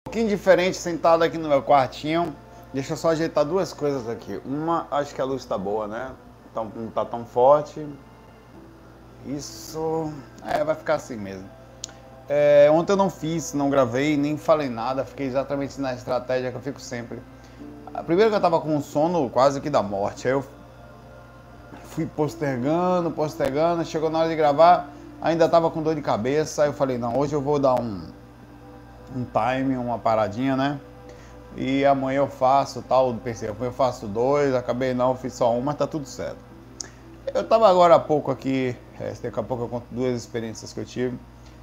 Um pouquinho diferente, sentado aqui no meu quartinho. Deixa eu só ajeitar duas coisas aqui. Uma, acho que a luz tá boa, né? Então, não tá tão forte. Isso... vai ficar assim mesmo. Ontem eu não fiz, não gravei, nem falei nada. Fiquei exatamente na estratégia que eu fico sempre. Primeiro que eu tava com um sono quase que da morte. Aí eu fui postergando. Chegou na hora de gravar, ainda tava com dor de cabeça. Aí eu falei, não, hoje eu vou dar um time, uma paradinha, né? E amanhã eu faço tal, pensei, amanhã eu faço dois, acabei não, fiz só um, mas tá tudo certo. Eu tava agora há pouco aqui, daqui a pouco eu conto duas experiências que eu tive.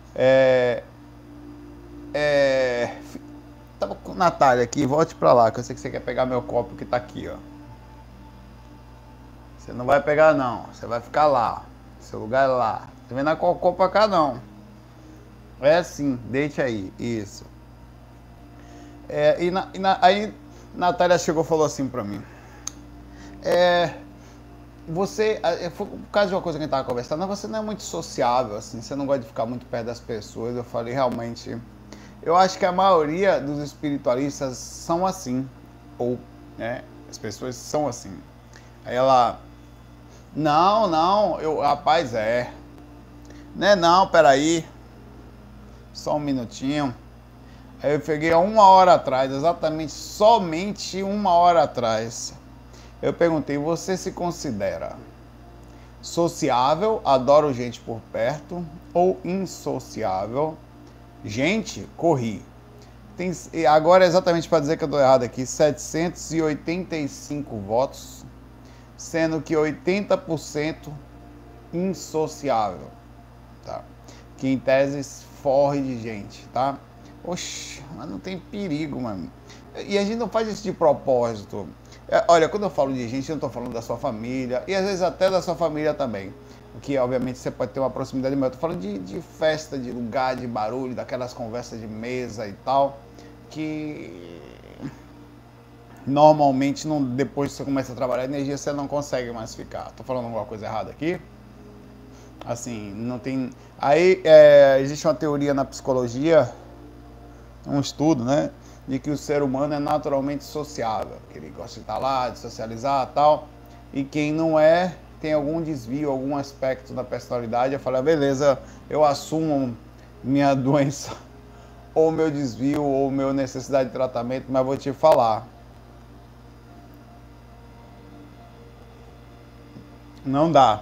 Tava com a Natália aqui, volte pra lá, que eu sei que você quer pegar meu copo que tá aqui, ó. Você não vai pegar não, você vai ficar lá, seu lugar é lá. Não vem na cocô pra cá não. É assim, deite aí, isso. Aí Natália chegou e falou assim pra mim. Você, por causa de uma coisa que a gente tava conversando, você não é muito sociável, assim, você não gosta de ficar muito perto das pessoas. Eu falei, realmente, eu acho que a maioria dos espiritualistas são assim, ou, né, as pessoas são assim. Aí ela, não, rapaz, né, não, peraí, só um minutinho. Aí eu peguei há 1 hora atrás, exatamente, somente 1 hora atrás. Eu perguntei, você se considera sociável, adoro gente por perto, ou insociável? Gente, corri. Agora é exatamente para dizer que eu estou errado aqui, 785 votos, sendo que 80% insociável, tá? Que em tese forre de gente, tá? Oxe, mas não tem perigo, mano. E a gente não faz isso de propósito. Olha, quando eu falo de gente, eu não estou falando da sua família, e às vezes até da sua família também. Porque, obviamente, você pode ter uma proximidade maior. Eu estou falando de festa, de lugar, de barulho, daquelas conversas de mesa e tal, que normalmente, depois que você começa a trabalhar a energia, você não consegue mais ficar. Estou falando alguma coisa errada aqui? Assim, não tem... Aí, existe uma teoria na psicologia, um estudo, né? De que o ser humano é naturalmente sociável, que ele gosta de estar lá, de socializar e tal, e quem não é, tem algum desvio, algum aspecto da personalidade. Eu falo, beleza, eu assumo minha doença, ou meu desvio, ou minha necessidade de tratamento, mas vou te falar. Não dá.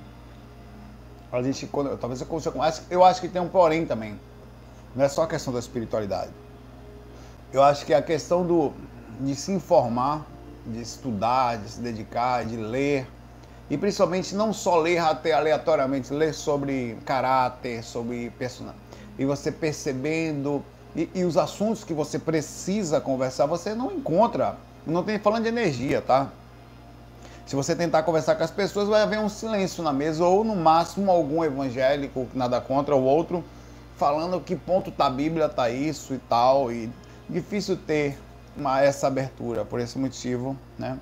A gente, talvez eu acho que tem um porém também. Não é só a questão da espiritualidade. Eu acho que a questão de se informar, de estudar, de se dedicar, de ler, e principalmente não só ler até aleatoriamente, ler sobre caráter, sobre personalidade, e você percebendo, e os assuntos que você precisa conversar, você não encontra, não tem falando de energia, tá? Se você tentar conversar com as pessoas, vai haver um silêncio na mesa, ou no máximo algum evangélico, nada contra o outro, falando que ponto tá a Bíblia, tá isso e tal, e difícil ter essa abertura, por esse motivo, né?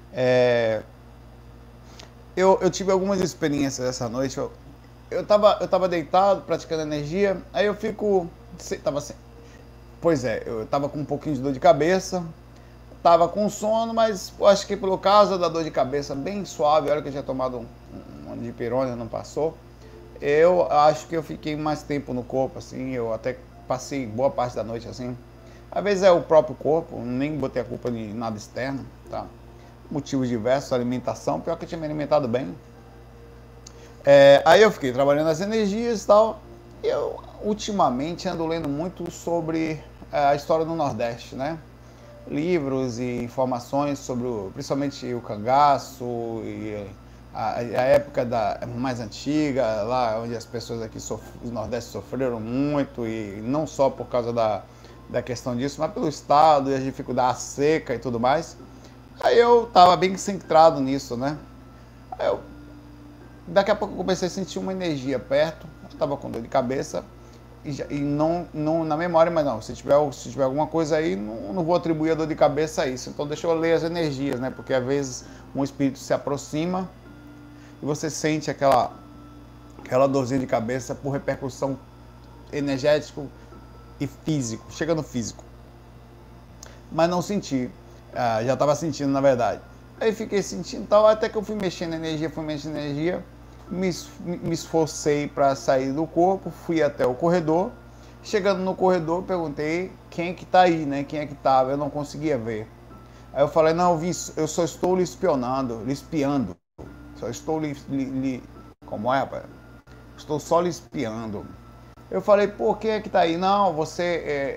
Eu tive algumas experiências essa noite. Eu tava deitado, praticando energia, aí eu fico... eu tava com um pouquinho de dor de cabeça, tava com sono, mas eu acho que por causa da dor de cabeça bem suave, a hora que eu tinha tomado um dipirona, não passou, eu acho que eu fiquei mais tempo no corpo, assim, eu até passei boa parte da noite, assim. Às vezes é o próprio corpo, nem botei a culpa de nada externo, tá? Motivos diversos, alimentação, pior que eu tinha me alimentado bem. Aí eu fiquei trabalhando as energias e tal, e eu ultimamente ando lendo muito sobre a história do Nordeste, né? Livros e informações sobre, principalmente o cangaço e a época mais antiga, lá onde as pessoas aqui do Nordeste sofreram muito, e não só por causa da questão disso, mas pelo estado e as dificuldades, a seca e tudo mais. Aí eu tava bem centrado nisso, né? Daqui a pouco eu comecei a sentir uma energia perto, eu tava com dor de cabeça, e não na memória, mas não, se tiver alguma coisa aí, não vou atribuir a dor de cabeça a isso. Então deixa eu ler as energias, né? Porque às vezes um espírito se aproxima e você sente aquela dorzinha de cabeça por repercussão energética e físico, chega no físico. mas não senti. Já estava sentindo, na verdade. Aí fiquei sentindo tal, até que eu fui mexendo na energia, me esforcei para sair do corpo, fui até o corredor. Chegando no corredor, perguntei quem é que tá aí, né? Quem é que tava, eu não conseguia ver. Aí eu falei, não, eu só estou lhe espiando. Só estou como é, rapaz? Estou só lhe espiando. Eu falei, pô, quem é que tá aí? Não, você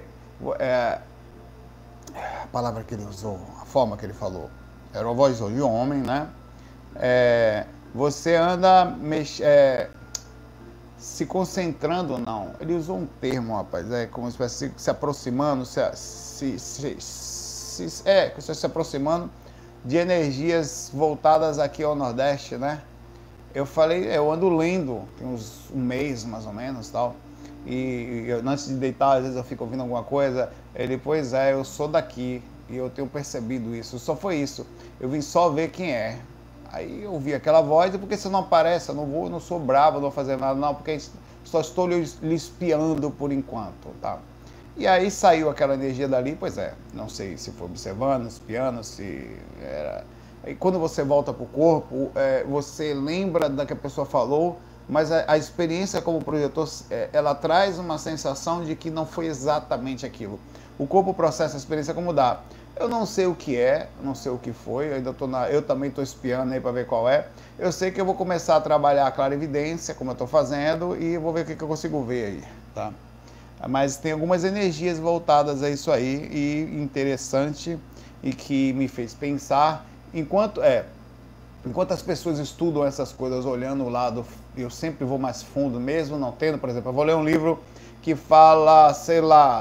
a palavra que ele usou, a forma que ele falou. Era uma voz de homem, né? Você anda se concentrando, não. Ele usou um termo, rapaz, como se estivesse se aproximando, se aproximando de energias voltadas aqui ao Nordeste, né? Eu falei, eu ando lendo, tem uns um mês mais ou menos, tal. E antes de deitar, às vezes eu fico ouvindo alguma coisa. Ele, pois é, eu sou daqui e eu tenho percebido isso. Só foi isso. Eu vim só ver quem é. Aí eu vi aquela voz, e por que você não aparece? Eu não sou bravo, não vou fazer nada, não, porque só estou lhe espiando por enquanto, tá? E aí saiu aquela energia dali, pois é, não sei se foi observando, espiando, se era... Aí quando você volta pro corpo, você lembra da que a pessoa falou, mas a experiência como projetor, ela traz uma sensação de que não foi exatamente aquilo. O corpo processa a experiência como dá. Eu não sei o que é, não sei o que foi, eu também estou espiando aí para ver qual é. Eu sei que eu vou começar a trabalhar a clarividência, como eu estou fazendo, e vou ver o que eu consigo ver aí, tá? Mas tem algumas energias voltadas a isso aí, e interessante, e que me fez pensar, enquanto as pessoas estudam essas coisas olhando o lado, eu sempre vou mais fundo, mesmo não tendo, por exemplo, eu vou ler um livro que fala, sei lá,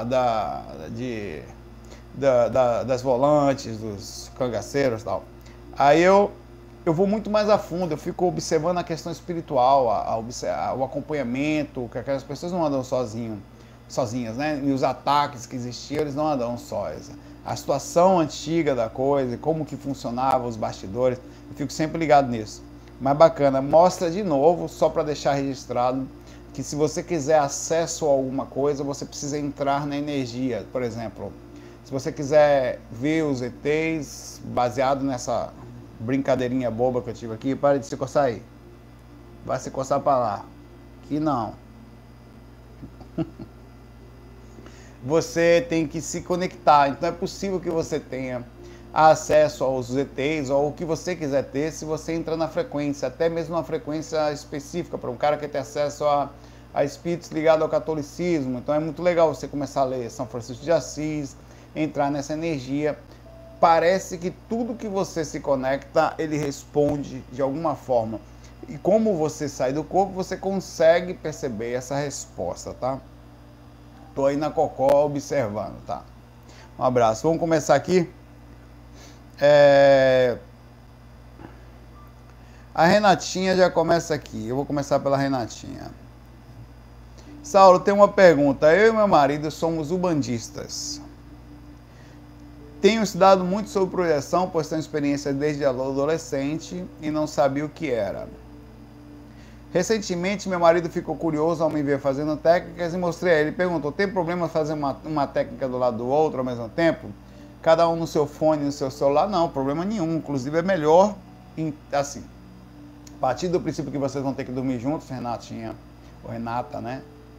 das volantes, dos cangaceiros e tal. Aí eu vou muito mais a fundo, eu fico observando a questão espiritual, o acompanhamento, que aquelas pessoas não andam sozinhas, né? E os ataques que existiam, eles não andam sós. A situação antiga da coisa, como que funcionava os bastidores, eu fico sempre ligado nisso. Mas bacana, mostra de novo, só para deixar registrado, que se você quiser acesso a alguma coisa, você precisa entrar na energia. Por exemplo, se você quiser ver os ETs, baseado nessa brincadeirinha boba que eu tive aqui, pare de se coçar aí. Vai se coçar para lá. Que não. Você tem que se conectar. Então é possível que você tenha acesso aos ETs ou o que você quiser ter se você entra na frequência, até mesmo uma frequência específica para um cara que tem acesso a espíritos ligados ao catolicismo. Então é muito legal você começar a ler São Francisco de Assis, entrar nessa energia. Parece que tudo que você se conecta, ele responde de alguma forma. E como você sai do corpo, você consegue perceber essa resposta, tá? Tô aí na cocó observando, tá? Um abraço. Vamos começar aqui. A Renatinha já começa aqui. Eu vou começar pela Renatinha. Saulo, tem uma pergunta. Eu e meu marido somos ubandistas. Tenho estudado muito sobre projeção, pois tenho experiência desde adolescente e não sabia o que era. Recentemente, meu marido ficou curioso ao me ver fazendo técnicas e mostrei a ele. Ele perguntou, tem problema fazer uma técnica do lado do outro ao mesmo tempo? Cada um no seu fone, no seu celular? Não, problema nenhum. Inclusive é melhor, assim, a partir do princípio que vocês vão ter que dormir juntos, Renatinha ou Renata, né?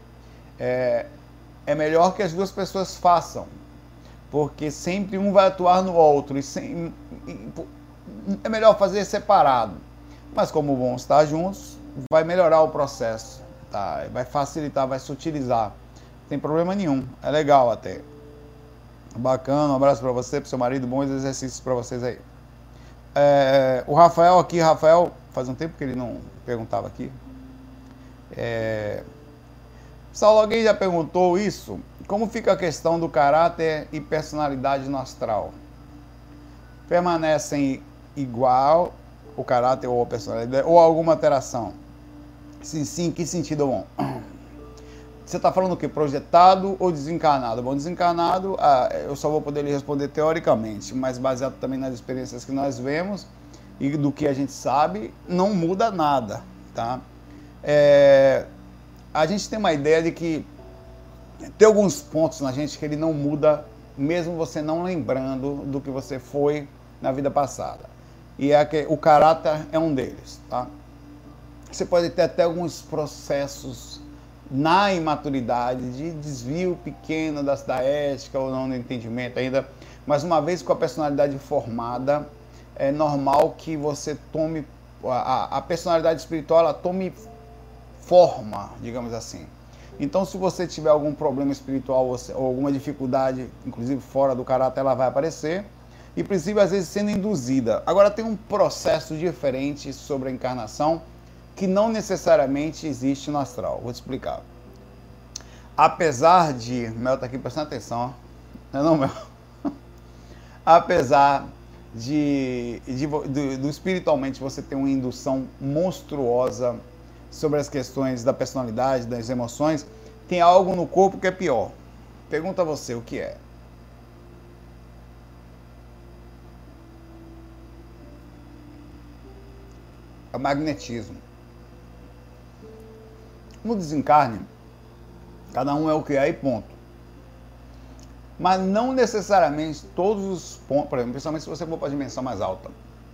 É melhor que as duas pessoas façam, porque sempre um vai atuar no outro. É melhor fazer separado. Mas como vão estar juntos, vai melhorar o processo, tá? Vai facilitar, vai sutilizar. Não tem problema nenhum, é legal até. Bacana, um abraço para você, para seu marido, bons exercícios para vocês aí. O Rafael aqui, faz um tempo que ele não perguntava aqui. Saulo, alguém já perguntou isso? Como fica a questão do caráter e personalidade no astral? Permanecem igual o caráter ou a personalidade, ou alguma alteração? Sim, que sentido bom? Você está falando o quê? Projetado ou desencarnado? Bom, desencarnado, eu só vou poder lhe responder teoricamente, mas baseado também nas experiências que nós vemos e do que a gente sabe, não muda nada, tá? A gente tem uma ideia de que tem alguns pontos na gente que ele não muda mesmo você não lembrando do que você foi na vida passada. E o caráter é um deles, tá? Você pode ter até alguns processos na imaturidade, de desvio pequeno da ética ou não do entendimento ainda, mas uma vez com a personalidade formada, é normal que você tome, a personalidade espiritual, ela tome forma, digamos assim. Então, se você tiver algum problema espiritual ou alguma dificuldade, inclusive fora do caráter, ela vai aparecer, e inclusive às vezes sendo induzida. Agora, tem um processo diferente sobre a encarnação, que não necessariamente existe no astral. Vou te explicar. Apesar de... Mel tá aqui prestando atenção, ó. Não, Mel. Apesar do espiritualmente você ter uma indução monstruosa sobre as questões da personalidade, das emoções, tem algo no corpo que é pior. Pergunta a você o que é. É o magnetismo. No desencarne, cada um é o que é e ponto. Mas não necessariamente todos os pontos, por exemplo, principalmente se você for para a dimensão mais alta,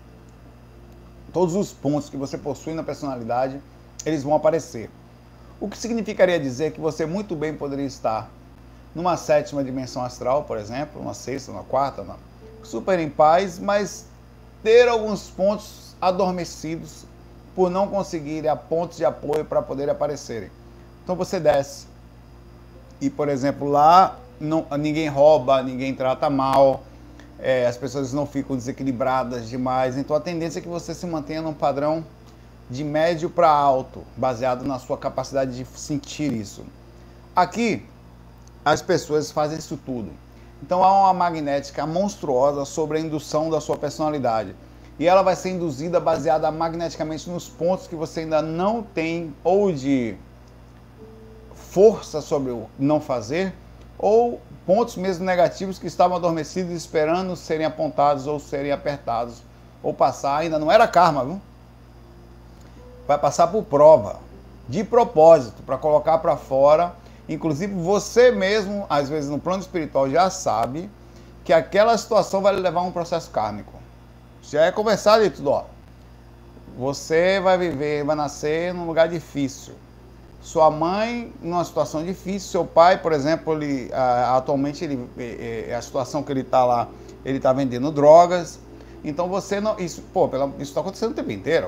todos os pontos que você possui na personalidade, eles vão aparecer. O que significaria dizer que você muito bem poderia estar numa 7ª dimensão astral, por exemplo, uma 6ª, uma 4ª, super em paz, mas ter alguns pontos adormecidos por não conseguirem a pontos de apoio para poder aparecerem. Então você desce e, por exemplo, lá ninguém rouba, ninguém trata mal, as pessoas não ficam desequilibradas demais, então a tendência é que você se mantenha num padrão de médio para alto, baseado na sua capacidade de sentir isso. Aqui, as pessoas fazem isso tudo. Então há uma magnética monstruosa sobre a indução da sua personalidade. E ela vai ser induzida baseada magneticamente nos pontos que você ainda não tem, ou de força sobre o não fazer, ou pontos mesmo negativos que estavam adormecidos esperando serem apontados ou serem apertados, ou passar, ainda não era karma, viu? Vai passar por prova, de propósito, para colocar para fora. Inclusive você mesmo, às vezes no plano espiritual, já sabe que aquela situação vai levar a um processo kármico. Já é conversado e tudo, ó. Você vai viver, vai nascer num lugar difícil. Sua mãe numa situação difícil, seu pai, por exemplo, atualmente a situação que ele está lá, ele está vendendo drogas. Então você não, isso está acontecendo o tempo inteiro,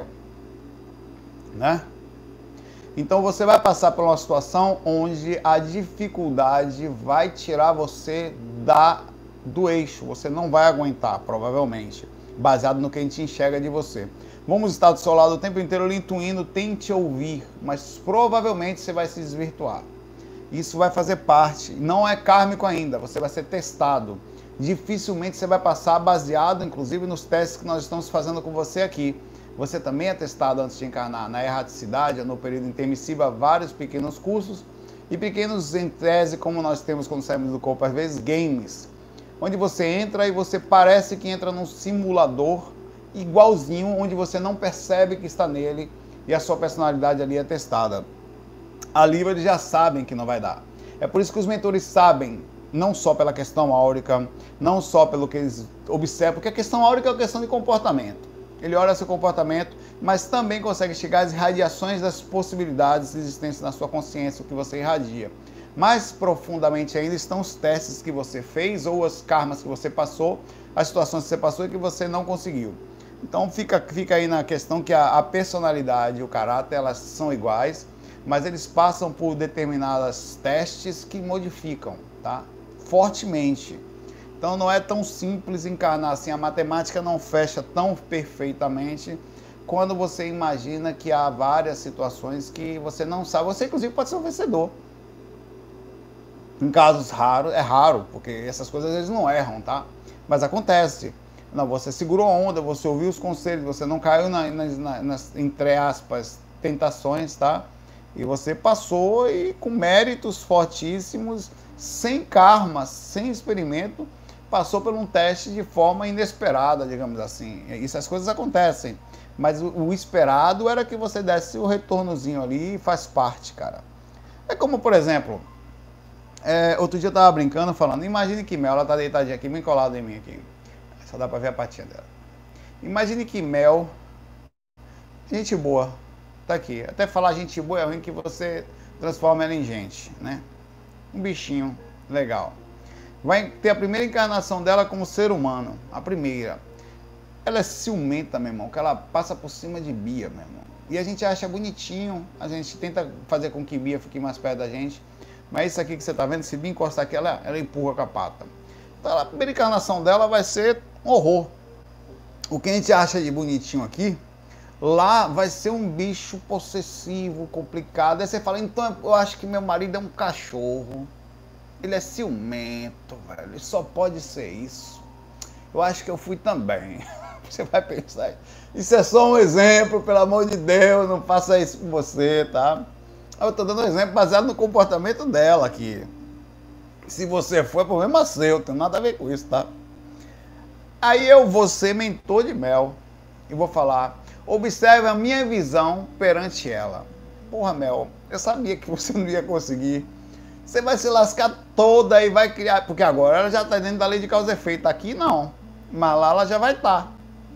né? Então você vai passar por uma situação onde a dificuldade vai tirar você do eixo. Você não vai aguentar, provavelmente, baseado no que a gente enxerga de você. Vamos estar do seu lado o tempo inteiro lhe intuindo, tente ouvir, mas provavelmente você vai se desvirtuar. Isso vai fazer parte, não é kármico ainda, você vai ser testado. Dificilmente você vai passar baseado, inclusive, nos testes que nós estamos fazendo com você aqui. Você também é testado antes de encarnar na erraticidade, no período intermissivo, vários pequenos cursos e pequenos em tese, como nós temos quando saímos do corpo, às vezes games, onde você entra e você parece que entra num simulador igualzinho, onde você não percebe que está nele e a sua personalidade ali é testada. Ali eles já sabem que não vai dar. É por isso que os mentores sabem, não só pela questão áurica, não só pelo que eles observam, porque a questão áurica é uma questão de comportamento. Ele olha seu comportamento, mas também consegue chegar às radiações das possibilidades existentes na sua consciência, o que você irradia. Mais profundamente ainda estão os testes que você fez, ou as karmas que você passou, as situações que você passou e que você não conseguiu. Então fica aí na questão que a personalidade e o caráter, elas são iguais, mas eles passam por determinados testes que modificam, tá? Fortemente. Então não é tão simples encarnar assim, a matemática não fecha tão perfeitamente quando você imagina que há várias situações que você não sabe. Você inclusive pode ser um vencedor. Em casos raros, é raro, porque essas coisas eles não erram, tá? Mas acontece. Não, você segurou a onda, você ouviu os conselhos, você não caiu nas, entre aspas, tentações, tá? E você passou e com méritos fortíssimos, sem karma, sem experimento, passou por um teste de forma inesperada, digamos assim. Essas coisas acontecem. Mas o esperado era que você desse o retornozinho ali e faz parte, cara. É como, por exemplo, Outro dia eu tava brincando, falando, imagine que Mel, ela tá deitadinha aqui, bem colada em mim aqui. Só dá pra ver a patinha dela. Imagine que Mel, gente boa, tá aqui. Até falar gente boa é ruim que você transforma ela em gente, né? Um bichinho legal. Vai ter a primeira encarnação dela como ser humano, a primeira. Ela é ciumenta, meu irmão, que ela passa por cima de Bia, meu irmão. E a gente acha bonitinho, a gente tenta fazer com que Bia fique mais perto da gente. Mas isso aqui que você tá vendo, se Bia encostar aqui, ela empurra com a pata. Então a primeira encarnação dela vai ser um horror. O que a gente acha de bonitinho aqui, lá vai ser um bicho possessivo, complicado. Aí você fala, então eu acho que meu marido é um cachorro. Ele é ciumento, velho. Ele só pode ser isso. Eu acho que eu fui também. Você vai pensar, isso é só um exemplo, pelo amor de Deus, não faça isso com você, tá? Eu tô dando um exemplo baseado no comportamento dela aqui. Se você for, é problema seu, tem nada a ver com isso, tá? Aí eu vou ser mentor de Mel e vou falar, observe a minha visão perante ela. Porra, Mel, eu sabia que você não ia conseguir. Você vai se lascar toda e vai criar... Porque agora ela já está dentro da lei de causa e efeito. Aqui não. Mas lá ela já vai estar.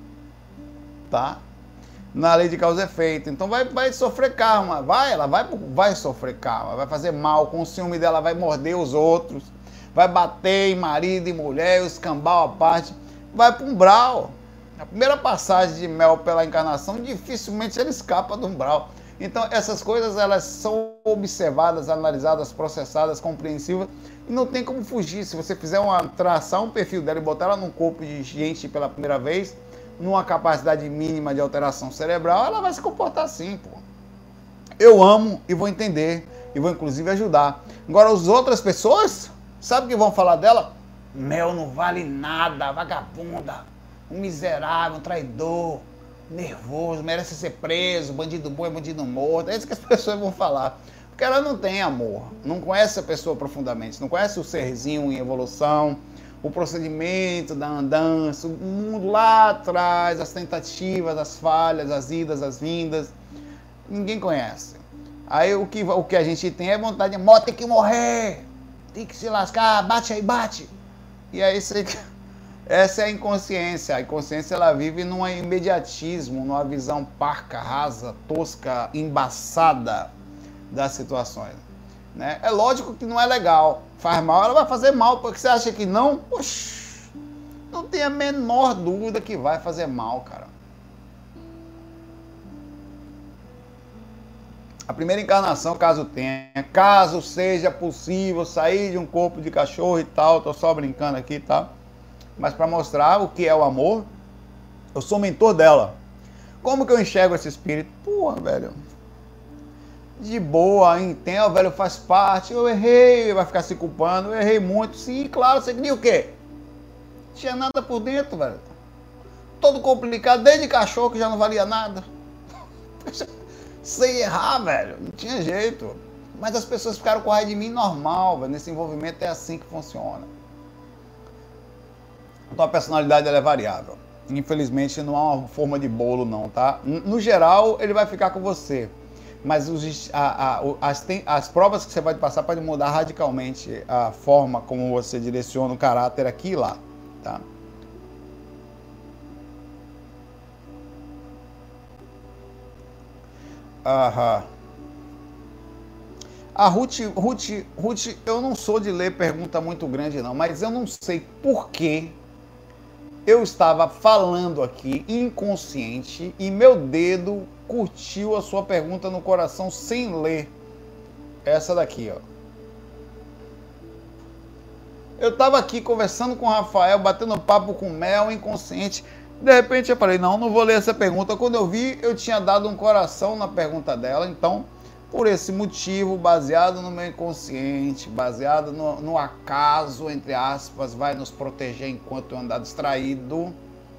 Tá? Na lei de causa e efeito. Então vai sofrer karma. Ela vai sofrer karma. Vai fazer mal. Com o ciúme dela vai morder os outros. Vai bater em marido e mulher. Escambau à parte. Vai para um umbral. A primeira passagem de Mel pela encarnação, dificilmente ele escapa do umbral. Então, essas coisas, elas são observadas, analisadas, processadas, compreensivas, e não tem como fugir. Se você fizer traçar um perfil dela e botar ela num corpo de gente pela primeira vez, numa capacidade mínima de alteração cerebral, ela vai se comportar assim, pô. Eu amo e vou entender, e vou inclusive ajudar. Agora, as outras pessoas, sabe o que vão falar dela? Mel não vale nada, vagabunda, um miserável, um traidor, nervoso, merece ser preso, bandido bom é bandido morto. É isso que as pessoas vão falar. Porque ela não tem amor, não conhece a pessoa profundamente, não conhece o serzinho em evolução, o procedimento da andança, o mundo lá atrás, as tentativas, as falhas, as idas, as vindas. Ninguém conhece. Aí o que a gente tem é vontade de tem que morrer, tem que se lascar, bate aí, bate. E aí essa é a inconsciência. A inconsciência, ela vive num imediatismo, numa visão parca, rasa, tosca, embaçada das situações. Né? É lógico que não é legal. Faz mal, ela vai fazer mal. Porque você acha que não? Oxi, não tem a menor dúvida que vai fazer mal, cara. A primeira encarnação, caso tenha, caso seja possível sair de um corpo de cachorro e tal, tô só brincando aqui, tá? Mas para mostrar o que é o amor, eu sou mentor dela. Como que eu enxergo esse espírito? Porra, velho. De boa, entendo, velho, faz parte. Eu errei, vai ficar se culpando. Eu errei muito. Sim, claro, você queria o quê? Não tinha nada por dentro, velho. Todo complicado, desde cachorro que já não valia nada. Sem errar, velho. Não tinha jeito. Mas as pessoas ficaram com raiva de mim normal, velho. Nesse envolvimento é assim que funciona. Então a personalidade ela é variável. Infelizmente não há uma forma de bolo não, tá? No geral ele vai ficar com você. Mas as provas que você vai passar podem mudar radicalmente a forma como você direciona o caráter aqui e lá, tá? Aham. A Ruth, eu não sou de ler pergunta muito grande não, mas eu não sei por que eu estava falando aqui inconsciente e meu dedo curtiu a sua pergunta no coração sem ler. Essa daqui, ó. Eu estava aqui conversando com o Rafael, batendo papo com Mel, inconsciente. De repente eu falei, não vou ler essa pergunta. Quando eu vi, eu tinha dado um coração na pergunta dela. Então, por esse motivo, baseado no meu inconsciente, baseado no acaso, entre aspas, vai nos proteger enquanto eu andar distraído,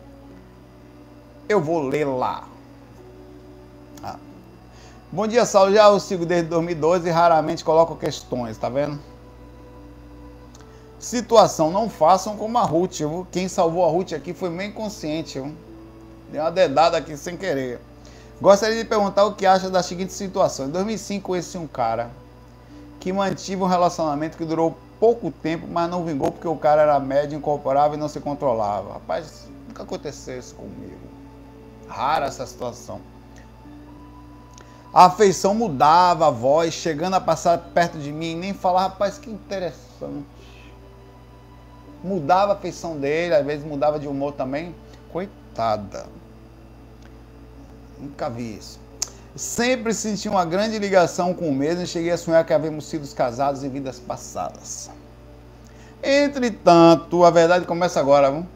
eu vou ler lá. Bom dia, Saulo. Já eu sigo desde 2012 e raramente coloco questões, tá vendo? Situação, não façam como a Ruth. Quem salvou a Ruth aqui foi meio inconsciente. Deu uma dedada aqui sem querer. Gostaria de perguntar o que acha da seguinte situação. Em 2005 conheci um cara que mantive um relacionamento que durou pouco tempo, mas não vingou porque o cara era médio, incorporável e não se controlava. Rapaz, nunca aconteceu isso comigo. Rara essa situação. A afeição mudava, a voz, chegando a passar perto de mim, nem falar, rapaz, que interessante. Mudava a afeição dele, às vezes mudava de humor também. Coitada. Nunca vi isso. Sempre senti uma grande ligação com o mesmo e cheguei a sonhar que havíamos sido casados em vidas passadas. Entretanto, a verdade começa agora, viu?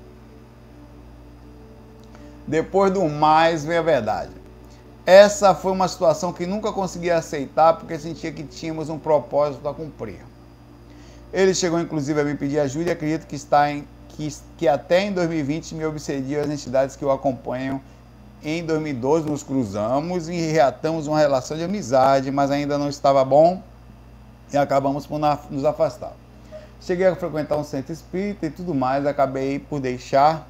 Depois do mais, vem a verdade. Essa foi uma situação que nunca consegui aceitar porque sentia que tínhamos um propósito a cumprir. Ele chegou inclusive a me pedir ajuda e acredito que até em 2020 me obsedia as entidades que o acompanham. Em 2012 nos cruzamos e reatamos uma relação de amizade, mas ainda não estava bom e acabamos por nos afastar. Cheguei a frequentar um centro espírita e tudo mais, acabei por deixar,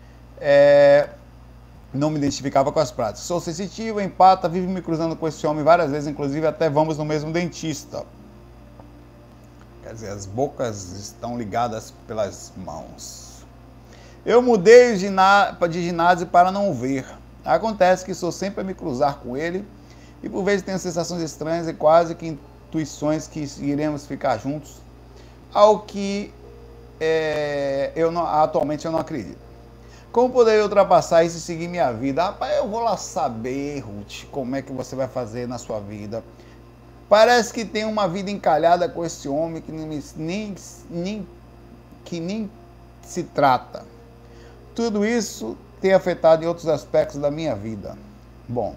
não me identificava com as práticas. Sou sensitivo, empata, vivo me cruzando com esse homem várias vezes, inclusive até vamos no mesmo dentista. Quer dizer, as bocas estão ligadas pelas mãos. Eu mudei de ginásio para não ver. Acontece que sou sempre a me cruzar com ele e por vezes tenho sensações estranhas e quase que intuições que iremos ficar juntos, ao que atualmente eu não acredito. Como poderia ultrapassar isso e seguir minha vida? Rapaz, eu vou lá saber, Ruth, como é que você vai fazer na sua vida. Parece que tem uma vida encalhada com esse homem que nem se trata. Tudo isso tem afetado em outros aspectos da minha vida. Bom,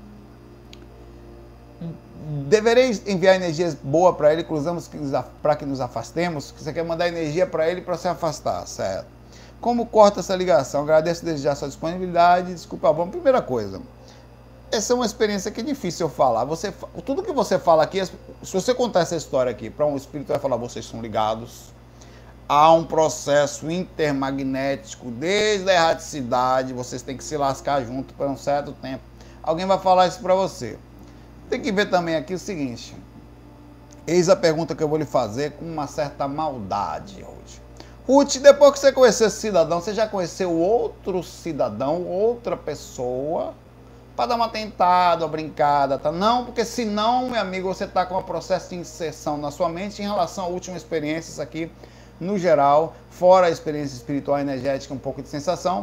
deverei enviar energias boas para ele, cruzamos para que nos afastemos? Você quer mandar energia para ele para se afastar, certo? Como corta essa ligação? Agradeço desde já a sua disponibilidade. Desculpa, bom, primeira coisa, essa é uma experiência que é difícil eu falar. Tudo que você fala aqui, se você contar essa história aqui para um espírito, vai falar, vocês são ligados. Há um processo intermagnético desde a erraticidade, vocês têm que se lascar junto por um certo tempo. Alguém vai falar isso para você. Tem que ver também aqui o seguinte. Eis a pergunta que eu vou lhe fazer com uma certa maldade, Ruth. Ruth, depois que você conheceu esse cidadão, você já conheceu outro cidadão, outra pessoa, para dar uma tentada, uma brincada, tá? Não, porque senão, meu amigo, você está com um processo de inserção na sua mente em relação à última experiência aqui, no geral, fora a experiência espiritual energética, um pouco de sensação,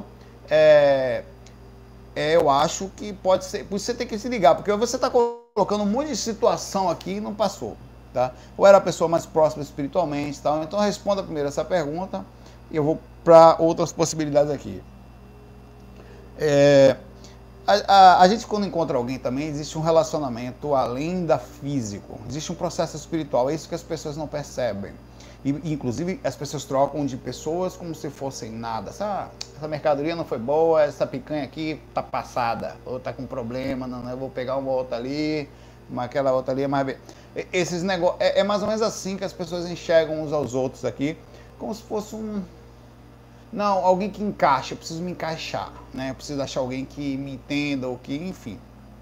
eu acho que pode ser, por isso você tem que se ligar, porque você está colocando um monte de situação aqui e não passou, tá? Ou era a pessoa mais próxima espiritualmente, tal. Então responda primeiro essa pergunta e eu vou para outras possibilidades aqui. A gente, quando encontra alguém também, existe um relacionamento além da físico, existe um processo espiritual, é isso que as pessoas não percebem. E, inclusive, as pessoas trocam de pessoas como se fossem nada. Essa mercadoria não foi boa, essa picanha aqui tá passada, ou tá com problema, não, eu vou pegar uma outra ali, aquela outra ali é mais... Esses negócios, é mais ou menos assim que as pessoas enxergam uns aos outros aqui, como se fosse não, alguém que encaixa, eu preciso me encaixar, né? Eu preciso achar alguém que me entenda, ou que, enfim.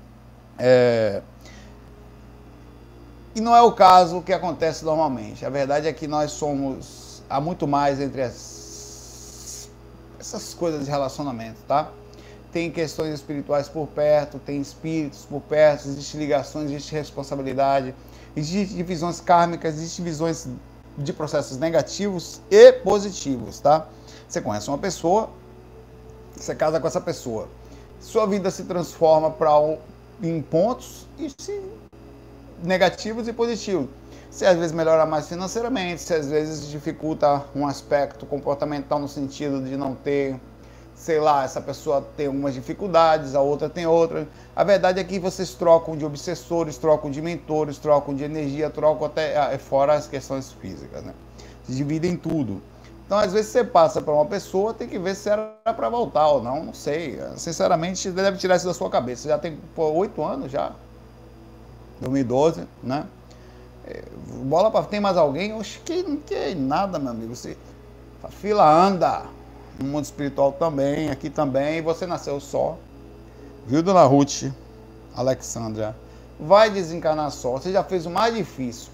E não é o caso que acontece normalmente. A verdade é que nós há muito mais entre essas coisas de relacionamento, tá? Tem questões espirituais por perto, tem espíritos por perto, existem ligações, existe responsabilidade, existem divisões kármicas, existem divisões de processos negativos e positivos, tá? Você conhece uma pessoa, você casa com essa pessoa, sua vida se transforma em pontos negativos e positivos. Se às vezes melhora mais financeiramente, se às vezes dificulta um aspecto comportamental no sentido de não ter, sei lá, essa pessoa tem umas dificuldades, a outra tem outra. A verdade é que vocês trocam de obsessores, trocam de mentores, trocam de energia, trocam até fora as questões físicas, né? Se dividem tudo. Então, às vezes você passa para uma pessoa, tem que ver se era para voltar ou não, não sei. Sinceramente, deve tirar isso da sua cabeça. Já tem 8 anos já. 2012, né? Bola para... Tem mais alguém? Oxe, que não tem nada, meu amigo. A fila anda. No mundo espiritual também, aqui também. Você nasceu só. Viu, dona Ruth? Alexandra. Vai desencarnar só. Você já fez o mais difícil.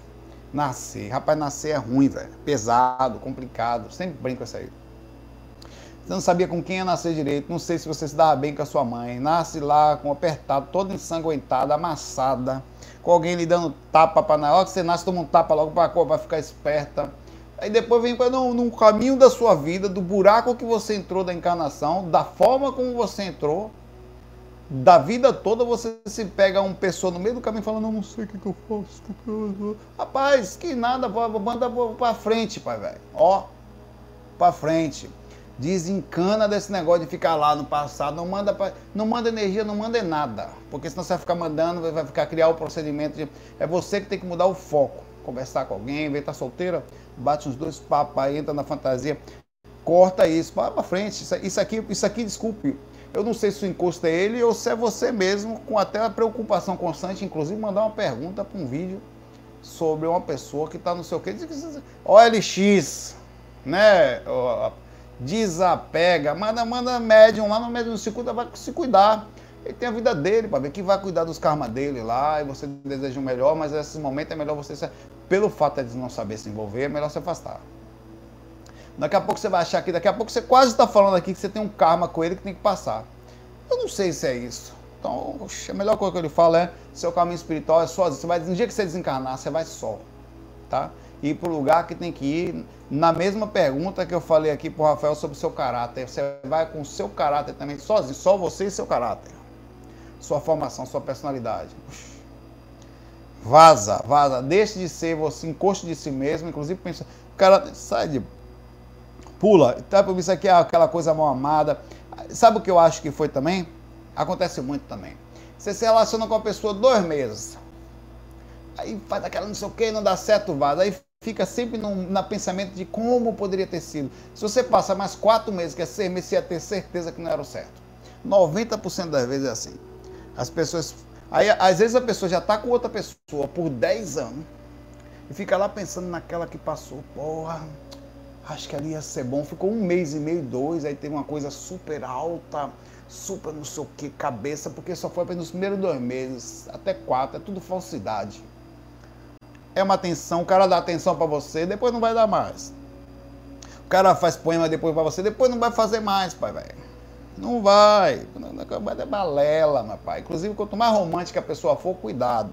Nascer. Rapaz, nascer é ruim, velho. Pesado, complicado. Sempre brinco com isso aí. Você não sabia com quem ia nascer direito. Não sei se você se dava bem com a sua mãe. Nasce lá, com apertado, toda ensanguentada, amassada. Com alguém lhe dando tapa na hora que você nasce, toma um tapa logo pra ficar esperta. Aí depois vem no caminho da sua vida, do buraco que você entrou da encarnação, da forma como você entrou, da vida toda você se pega uma pessoa no meio do caminho falando, não sei o que eu faço. Rapaz, que nada, manda pra frente, pai, velho. Ó, pra frente. Desencana desse negócio de ficar lá no passado, não manda energia, não manda nada, porque senão você vai ficar mandando, vai ficar criar o procedimento, é você que tem que mudar o foco, conversar com alguém, vem estar solteira, bate uns 2 papos aí, entra na fantasia, corta isso, vai pra frente, isso aqui, desculpe, eu não sei se o encosto é ele ou se é você mesmo, com até a preocupação constante, inclusive mandar uma pergunta para um vídeo sobre uma pessoa que está no seu quê, OLX, né, desapega, manda médium lá no médium se cuida, vai se cuidar. Ele tem a vida dele, para ver que vai cuidar dos karmas dele lá, e você deseja o melhor, mas nesse momento é melhor você, pelo fato de não saber se envolver, é melhor se afastar. Daqui a pouco você vai achar que, daqui a pouco você quase está falando aqui que você tem um karma com ele que tem que passar. Eu não sei se é isso. Então, a melhor coisa que ele fala é, seu caminho espiritual é sozinho. No dia que você desencarnar, você vai só, tá? Ir para o lugar que tem que ir, na mesma pergunta que eu falei aqui para o Rafael sobre o seu caráter. Você vai com o seu caráter também, sozinho, só você e seu caráter. Sua formação, sua personalidade. Vaza, deixe de ser você, encoste de si mesmo, inclusive pensa, o cara sai de... Pula, tá, isso aqui é aquela coisa mal amada. Sabe o que eu acho que foi também? Acontece muito também. Você se relaciona com uma pessoa 2 meses. Aí faz aquela não sei o que, não dá certo, vaza. Aí fica sempre no pensamento de como poderia ter sido. Se você passar mais 4 meses, que é 6 meses, você ia ter certeza que não era o certo. 90% das vezes é assim. As pessoas... Aí, às vezes a pessoa já está com outra pessoa por 10 anos e fica lá pensando naquela que passou. Porra, acho que ali ia ser bom. Ficou 1 mês e meio, 2, aí teve uma coisa super alta, super não sei o que, cabeça, porque só foi apenas nos primeiros 2 meses, até 4, é tudo falsidade. É uma atenção, o cara dá atenção pra você, depois não vai dar mais. O cara faz poema depois pra você, depois não vai fazer mais, pai, velho. Não vai. Vai dar balela, meu pai. Inclusive, quanto mais romântica a pessoa for, cuidado.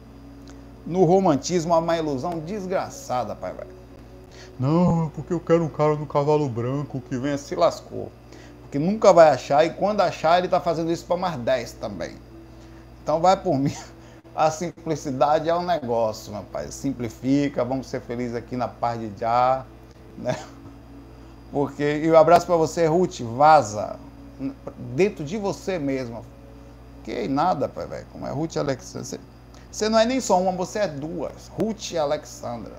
No romantismo, há uma ilusão desgraçada, pai, velho. Não, porque eu quero um cara no cavalo branco que venha, se lascou. Porque nunca vai achar, e quando achar, ele tá fazendo isso pra mais 10 também. Então vai por mim. A simplicidade é um negócio, meu pai. Simplifica, vamos ser felizes aqui na paz de Já, né? Porque, e um abraço para você, Ruth, vaza. Dentro de você mesmo. Que nada, pai, velho. Como é Ruth e Alexandra? Você não é nem só uma, você é 2. Ruth e Alexandra.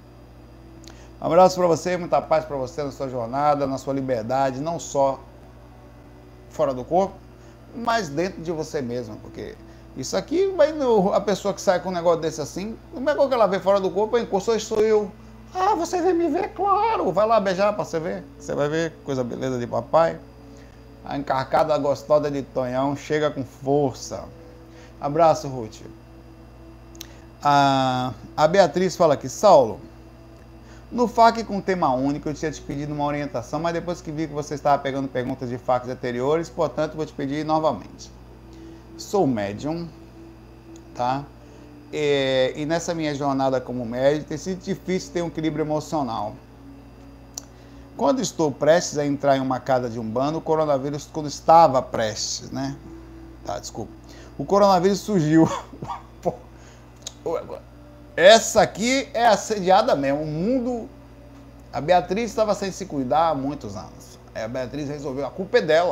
Um abraço para você, muita paz para você na sua jornada, na sua liberdade, não só fora do corpo, mas dentro de você mesmo, porque isso aqui, a pessoa que sai com um negócio desse assim, o negócio que ela vê fora do corpo, sou eu. Ah, você vem me ver? Claro! Vai lá beijar pra você ver. Você vai ver, coisa beleza de papai. A encarcada gostosa de Tonhão chega com força. Abraço, Ruth. A Beatriz fala aqui, Saulo, no FAQ com tema único eu tinha te pedido uma orientação, mas depois que vi que você estava pegando perguntas de FAQs anteriores, portanto vou te pedir novamente. Sou médium, tá? E nessa minha jornada como médium tem sido difícil ter um equilíbrio emocional. Quando estou prestes a entrar em uma casa de umbanda, o coronavírus, quando estava prestes, né? Tá, desculpa. O coronavírus surgiu. Essa aqui é assediada mesmo. O mundo... A Beatriz estava sem se cuidar há muitos anos. Aí a Beatriz resolveu, a culpa é dela.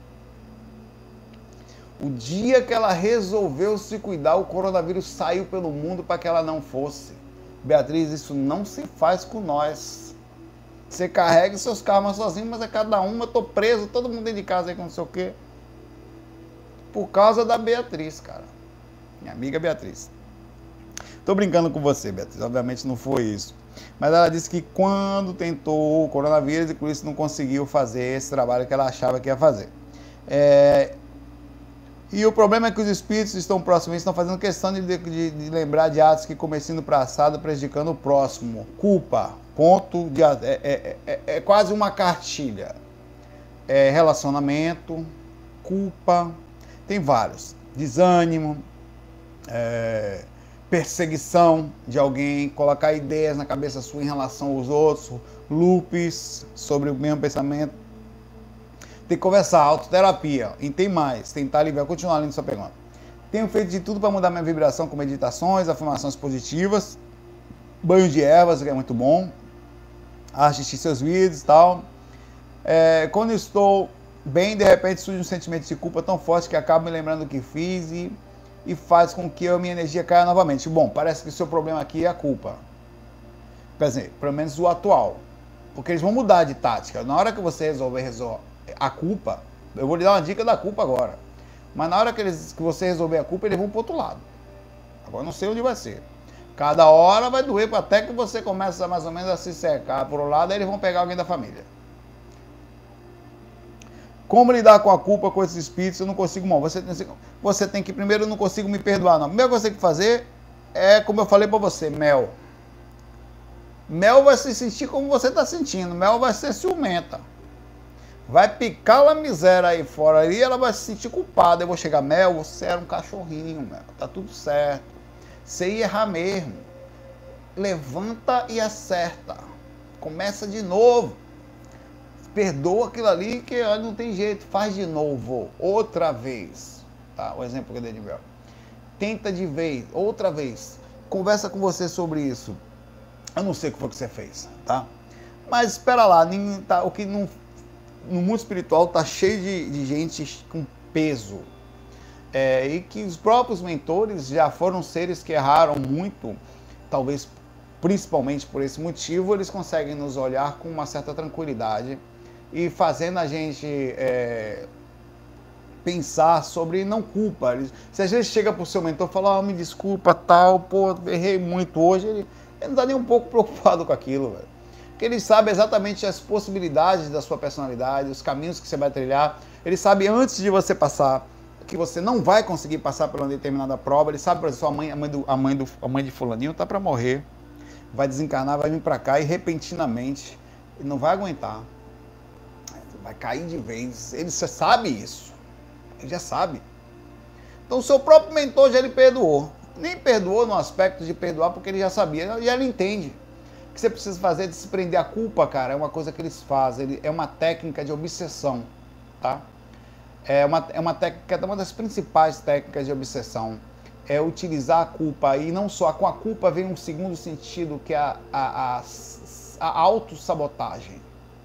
O dia que ela resolveu se cuidar, o coronavírus saiu pelo mundo para que ela não fosse. Beatriz, isso não se faz com nós. Você carrega seus karmas sozinho, mas é cada uma, eu tô preso, todo mundo dentro de casa aí com não sei o quê. Por causa da Beatriz, cara. Minha amiga Beatriz. Tô brincando com você, Beatriz, obviamente não foi isso. Mas ela disse que quando tentou o coronavírus e por isso não conseguiu fazer esse trabalho que ela achava que ia fazer. E o problema é que os espíritos estão próximos, estão fazendo questão de lembrar de atos que cometiam no passado, prejudicando o próximo. Culpa, ponto de... É quase uma cartilha. Relacionamento, culpa, tem vários. Desânimo, perseguição de alguém, colocar ideias na cabeça sua em relação aos outros, loops sobre o mesmo pensamento. Tem que conversar, autoterapia. E tem mais, tentar aliviar, continuar lendo sua pergunta. Tenho feito de tudo para mudar minha vibração com meditações, afirmações positivas, banho de ervas, que é muito bom, assistir seus vídeos e tal. Quando estou bem, de repente surge um sentimento de culpa tão forte que acabo me lembrando do que fiz e faz com que a minha energia caia novamente. Bom, parece que o seu problema aqui é a culpa. Quer dizer, pelo menos o atual. Porque eles vão mudar de tática. Na hora que você resolver a culpa, eu vou lhe dar uma dica da culpa agora. Mas na hora que você resolver a culpa, eles vão para o outro lado. Agora não sei onde vai ser. Cada hora vai doer até que você começa mais ou menos a se secar por um lado, aí eles vão pegar alguém da família. Como lidar com a culpa, com esses espíritos? Eu não consigo, não. Você tem que, primeiro, eu não consigo me perdoar, não. Primeiro que você tem que fazer é, como eu falei para você, mel. Mel vai se sentir como você está sentindo. Mel vai ser ciumenta. Vai picar a miséria aí fora e ela vai se sentir culpada. Eu vou chegar, Mel, você era um cachorrinho, Mel. Tá tudo certo. Você ia errar mesmo. Levanta e acerta. Começa de novo. Perdoa aquilo ali que não tem jeito. Faz de novo. Outra vez. Tá? O exemplo que eu dei de Mel. Tenta de vez. Outra vez. Conversa com você sobre isso. Eu não sei o que foi que você fez, tá? Mas espera lá. O que não... No mundo espiritual está cheio de gente com peso. E que os próprios mentores já foram seres que erraram muito, talvez principalmente por esse motivo, eles conseguem nos olhar com uma certa tranquilidade e fazendo a gente pensar sobre não culpa. Se às vezes chega para o seu mentor e fala, me desculpa, tal, pô, errei muito hoje, ele não está nem um pouco preocupado com aquilo, velho. Porque ele sabe exatamente as possibilidades da sua personalidade, os caminhos que você vai trilhar. Ele sabe antes de você passar que você não vai conseguir passar por uma determinada prova. Ele sabe, por exemplo, a mãe de fulaninho está para morrer, vai desencarnar, vai vir para cá e repentinamente ele não vai aguentar, vai cair de vez. Ele já sabe isso, ele já sabe. Então o seu próprio mentor já lhe perdoou. Nem perdoou no aspecto de perdoar porque ele já sabia, já ele entende. O que você precisa fazer é desprender a culpa, cara, é uma coisa que eles fazem, é uma técnica de obsessão, tá? É uma técnica, uma das principais técnicas de obsessão, é utilizar a culpa, e não só, com a culpa vem um segundo sentido, que é a autossabotagem.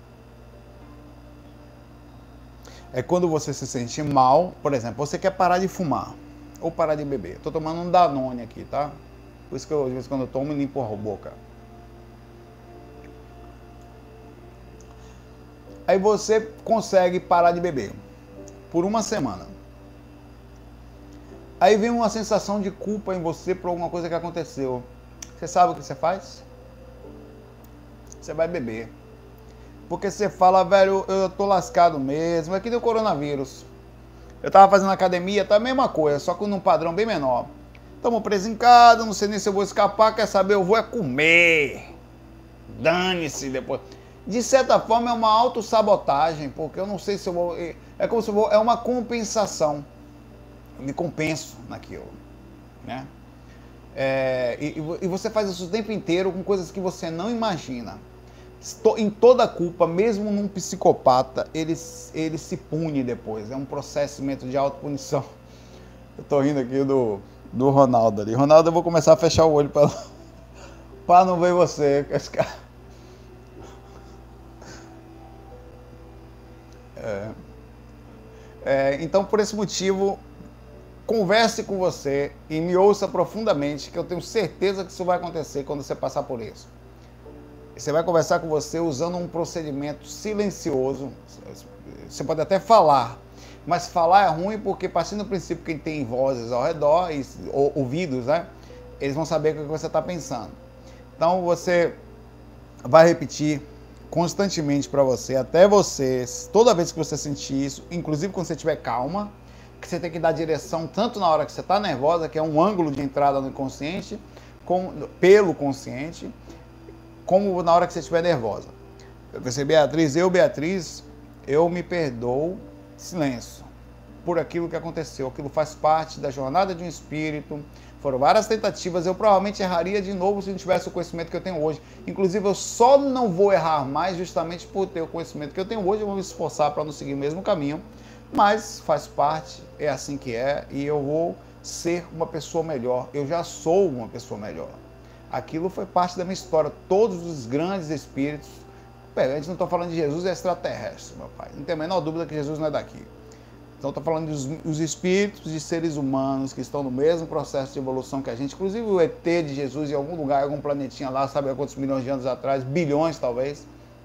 É quando você se sente mal, por exemplo, você quer parar de fumar, ou parar de beber. Eu tô tomando um Danone aqui, tá? Por isso que eu, às vezes, quando eu tomo, me limpo a boca. Aí você consegue parar de beber por uma semana. Aí vem uma sensação de culpa em você por alguma coisa que aconteceu. Você sabe o que você faz? Você vai beber. Porque você fala, velho, eu tô lascado mesmo. É que deu coronavírus. Eu tava fazendo academia, tá a mesma coisa, só que num padrão bem menor. Tamo preso em casa, não sei nem se eu vou escapar, quer saber, eu vou é comer. Dane-se depois. De certa forma é uma autossabotagem, porque eu não sei se eu vou... É como se eu vou... É uma compensação. Eu me compenso naquilo, né? E você faz isso o tempo inteiro com coisas que você não imagina. Em toda culpa, mesmo num psicopata, ele se pune depois. É um processamento de autopunição. Eu tô rindo aqui do Ronaldo ali. Ronaldo, eu vou começar a fechar o olho para não ver você. Esse cara... Então, por esse motivo, converse com você e me ouça profundamente, que eu tenho certeza que isso vai acontecer quando você passar por isso. Você vai conversar com você usando um procedimento silencioso. Você pode até falar, mas falar é ruim porque, partindo do princípio que tem vozes ao redor, ou ouvidos, né? Eles vão saber o que você está pensando. Então, você vai repetir constantemente para você, até você, toda vez que você sentir isso, inclusive quando você estiver calma, que você tem que dar direção tanto na hora que você está nervosa, que é um ângulo de entrada no inconsciente, pelo consciente, como na hora que você estiver nervosa. Eu pensei, Beatriz, eu me perdoo, silêncio, por aquilo que aconteceu. Aquilo faz parte da jornada de um espírito. Foram várias tentativas, eu provavelmente erraria de novo se não tivesse o conhecimento que eu tenho hoje. Inclusive, eu só não vou errar mais justamente por ter o conhecimento que eu tenho hoje. Eu vou me esforçar para não seguir o mesmo caminho, mas faz parte, é assim que é, e eu vou ser uma pessoa melhor. Eu já sou uma pessoa melhor. Aquilo foi parte da minha história. Todos os grandes espíritos, a gente não está falando de Jesus extraterrestre, meu pai. Não tem a menor dúvida que Jesus não é daqui. Então, estou falando dos espíritos de seres humanos que estão no mesmo processo de evolução que a gente. Inclusive o ET de Jesus em algum lugar, em algum planetinha lá, sabe há quantos milhões de anos atrás, bilhões talvez,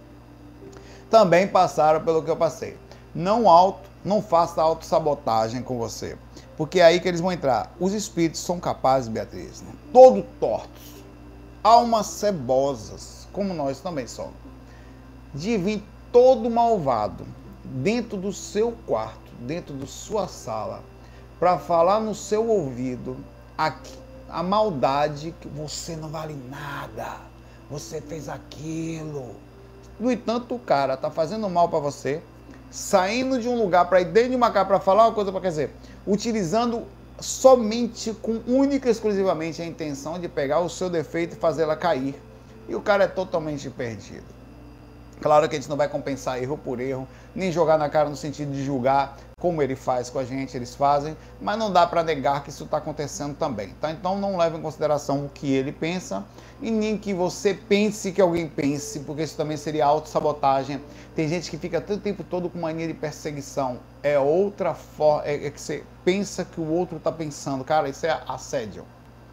também passaram pelo que eu passei. Não faça autossabotagem com você, porque é aí que eles vão entrar. Os espíritos são capazes, Beatriz, né? Todo tortos, almas cebosas, como nós também somos, de vir todo malvado dentro do seu quarto, dentro da sua sala, para falar no seu ouvido a maldade, que você não vale nada, você fez aquilo. No entanto, o cara tá fazendo mal para você, saindo de um lugar para ir dentro de uma casa para falar uma coisa, quer dizer, utilizando somente, única e exclusivamente a intenção de pegar o seu defeito e fazê-la cair. E o cara é totalmente perdido. Claro que a gente não vai compensar erro por erro, nem jogar na cara no sentido de julgar, como ele faz com a gente, eles fazem, mas não dá para negar que isso está acontecendo também, tá? Então não leve em consideração o que ele pensa e nem que você pense que alguém pense, porque isso também seria autossabotagem. Tem gente que fica o tempo todo com mania de perseguição, é outra forma, é que você pensa que o outro está pensando, cara, isso é assédio.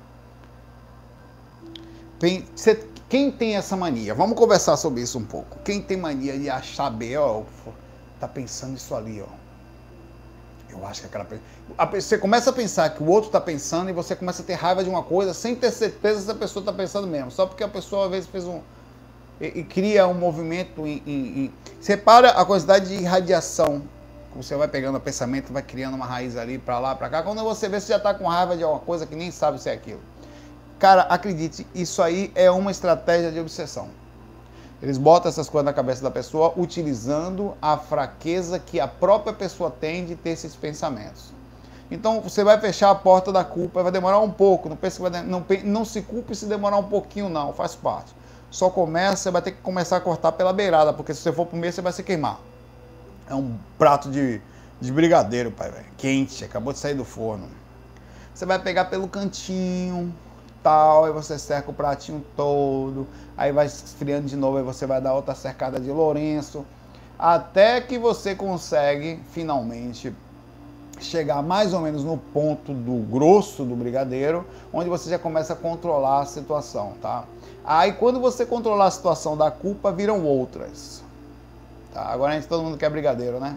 Quem tem essa mania? Vamos conversar sobre isso um pouco. Quem tem mania de achar bem, ó, tá pensando isso ali, ó. Eu acho que aquela pessoa... Você começa a pensar que o outro está pensando e você começa a ter raiva de uma coisa sem ter certeza se a pessoa está pensando mesmo. Só porque a pessoa às vezes fez e cria um movimento Separa a quantidade de radiação. Você vai pegando o pensamento, vai criando uma raiz ali para lá, para cá. Quando você vê, você já está com raiva de alguma coisa que nem sabe se é aquilo. Cara, acredite, isso aí é uma estratégia de obsessão. Eles botam essas coisas na cabeça da pessoa utilizando a fraqueza que a própria pessoa tem de ter esses pensamentos. Então, você vai fechar a porta da culpa, vai demorar um pouco. Não, pense que não se culpe se demorar um pouquinho, não, faz parte. Só começa, você vai ter que começar a cortar pela beirada, porque se você for pro meio, você vai se queimar. É um prato de brigadeiro, pai, velho. Quente, acabou de sair do forno. Você vai pegar pelo cantinho, tal, aí você cerca o pratinho todo, aí vai esfriando de novo, aí você vai dar outra cercada de Lourenço, até que você consegue, finalmente, chegar mais ou menos no ponto do grosso do brigadeiro, onde você já começa a controlar a situação, tá? Aí, quando você controlar a situação da culpa, viram outras. Tá? Agora todo mundo quer brigadeiro, né?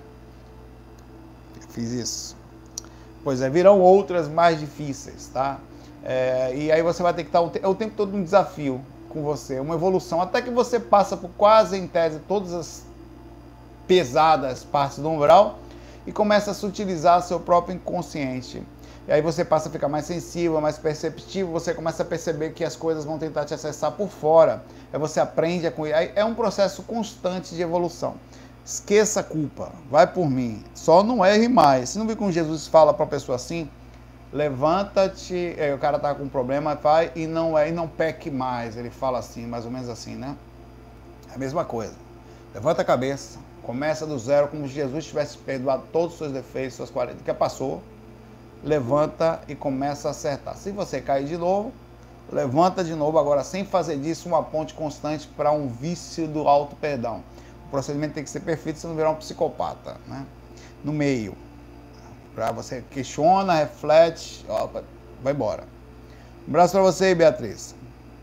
Eu fiz isso. Pois é, virão outras mais difíceis, tá? E aí você vai ter que estar o tempo todo um desafio com você, uma evolução, até que você passa por quase, em tese, todas as pesadas partes do umbral e começa a sutilizar seu próprio inconsciente. E aí você passa a ficar mais sensível, mais perceptivo, você começa a perceber que as coisas vão tentar te acessar por fora. Aí você aprende a... Aí é um processo constante de evolução. Esqueça a culpa, vai por mim, só não erre mais. Você não viu como Jesus fala para uma pessoa assim? Levanta-te, o cara tá com um problema, vai e não peque mais. Ele fala assim, mais ou menos assim, né? É a mesma coisa. Levanta a cabeça, começa do zero, como se Jesus tivesse perdoado todos os seus defeitos, suas 40 que passou. Levanta e começa a acertar. Se você cair de novo, levanta de novo, agora sem fazer disso uma ponte constante para um vício do auto-perdão. O procedimento tem que ser perfeito, você não virar um psicopata, né? No meio. Pra você questiona, reflete, opa, vai embora. Um abraço para você, Beatriz.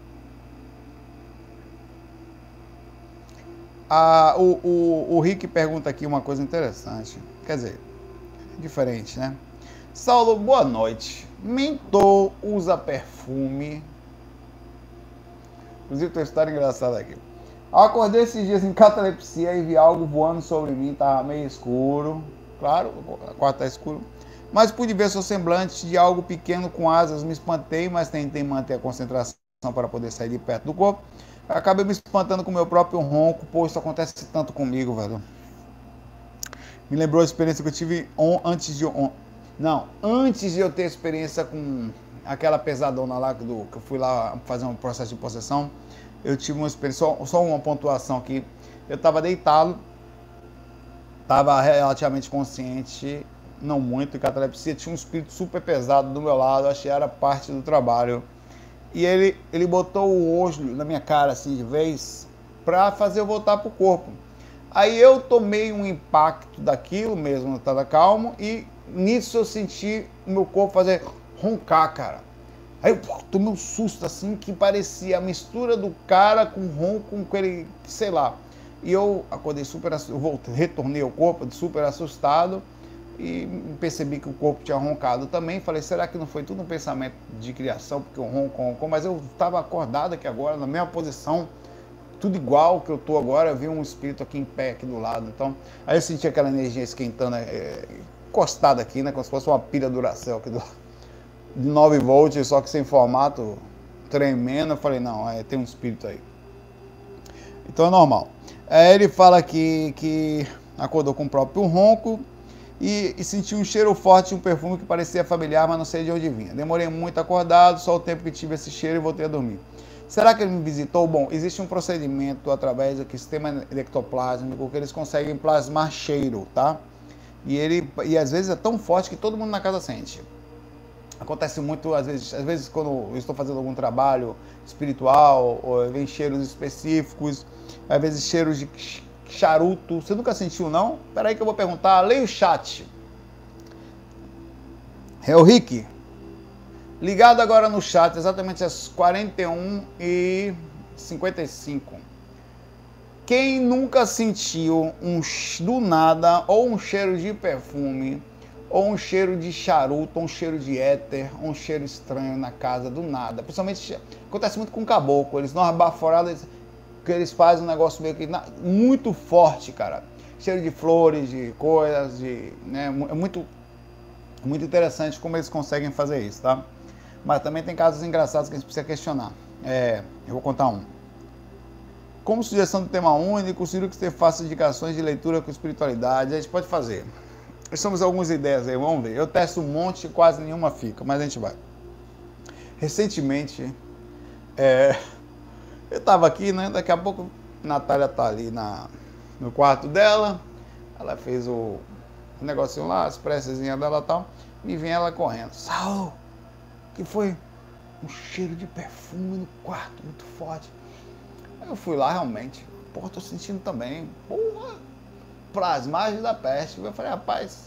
O Rick pergunta aqui uma coisa interessante. Quer dizer, diferente, né? Saulo, boa noite. Mentor usa perfume. Inclusive, tem uma história engraçada aqui. Acordei esses dias em catalepsia e vi algo voando sobre mim, tava meio escuro. Claro, o quarto tá escuro. Mas pude ver seu semblante de algo pequeno com asas, me espantei, mas tentei manter a concentração para poder sair de perto do corpo. Acabei me espantando com o meu próprio ronco, pô, isso acontece tanto comigo, velho. Me lembrou a experiência que eu tive antes de eu ter experiência com aquela pesadona lá, que eu fui lá fazer um processo de possessão. Eu tive uma experiência, só uma pontuação aqui. Eu estava deitado, estava relativamente consciente, não muito, em catalepsia, tinha um espírito super pesado do meu lado, achei que era parte do trabalho. E ele botou o olho na minha cara, assim, de vez, para fazer eu voltar pro corpo. Aí eu tomei um impacto daquilo mesmo, eu estava calmo, e nisso eu senti o meu corpo fazer roncar, cara. Aí eu tomei um susto, assim, que parecia a mistura do cara com ronco, com ele, sei lá. E eu acordei super assustado, retornei ao corpo super assustado, e percebi que o corpo tinha roncado também. Falei, será que não foi tudo um pensamento de criação, porque o ronco roncou? Mas eu estava acordado aqui agora, na mesma posição, tudo igual que eu tô agora. Eu vi um espírito aqui em pé, aqui do lado. Então, aí eu senti aquela energia esquentando, encostada aqui, né? Como se fosse uma pilha Duracell aqui de 9 volts, só que sem formato, tremendo. Eu falei, não, tem um espírito aí. Então é normal. Ele fala que acordou com o próprio ronco e sentiu um cheiro forte de um perfume que parecia familiar, mas não sei de onde vinha. Demorei muito acordado, só o tempo que tive esse cheiro, e voltei a dormir. Será que ele me visitou? Bom, existe um procedimento através do sistema ectoplásmico que eles conseguem plasmar cheiro, tá? E às vezes é tão forte que todo mundo na casa sente. Acontece muito, às vezes quando eu estou fazendo algum trabalho espiritual, ou vem cheiros específicos, às vezes cheiros de charuto. Você nunca sentiu, não? Espera aí que eu vou perguntar. Leia o chat. É o Rick. Ligado agora no chat, exatamente às 41h55. Quem nunca sentiu do nada, ou um cheiro de perfume, ou um cheiro de charuto, ou um cheiro de éter, ou um cheiro estranho na casa do nada? Principalmente, acontece muito com caboclo. Eles não abaforados, que eles fazem um negócio meio que muito forte, cara. Cheiro de flores, de coisas, né? É muito interessante como eles conseguem fazer isso, tá? Mas também tem casos engraçados que a gente precisa questionar. Eu vou contar um. Como sugestão do tema único, sugiro que você faça indicações de leitura com espiritualidade. A gente pode fazer. Somos algumas ideias aí, vamos ver. Eu testo um monte e quase nenhuma fica, mas a gente vai. Recentemente, eu estava aqui, né? Daqui a pouco a Natália tá ali no quarto dela. Ela fez o negocinho lá, as preces dela e tal. Me vem ela correndo. Saulo, que foi? Um cheiro de perfume no quarto, muito forte. Aí eu fui lá realmente. Porra, tô sentindo também. Porra, plasmagem da peste. Eu falei, rapaz,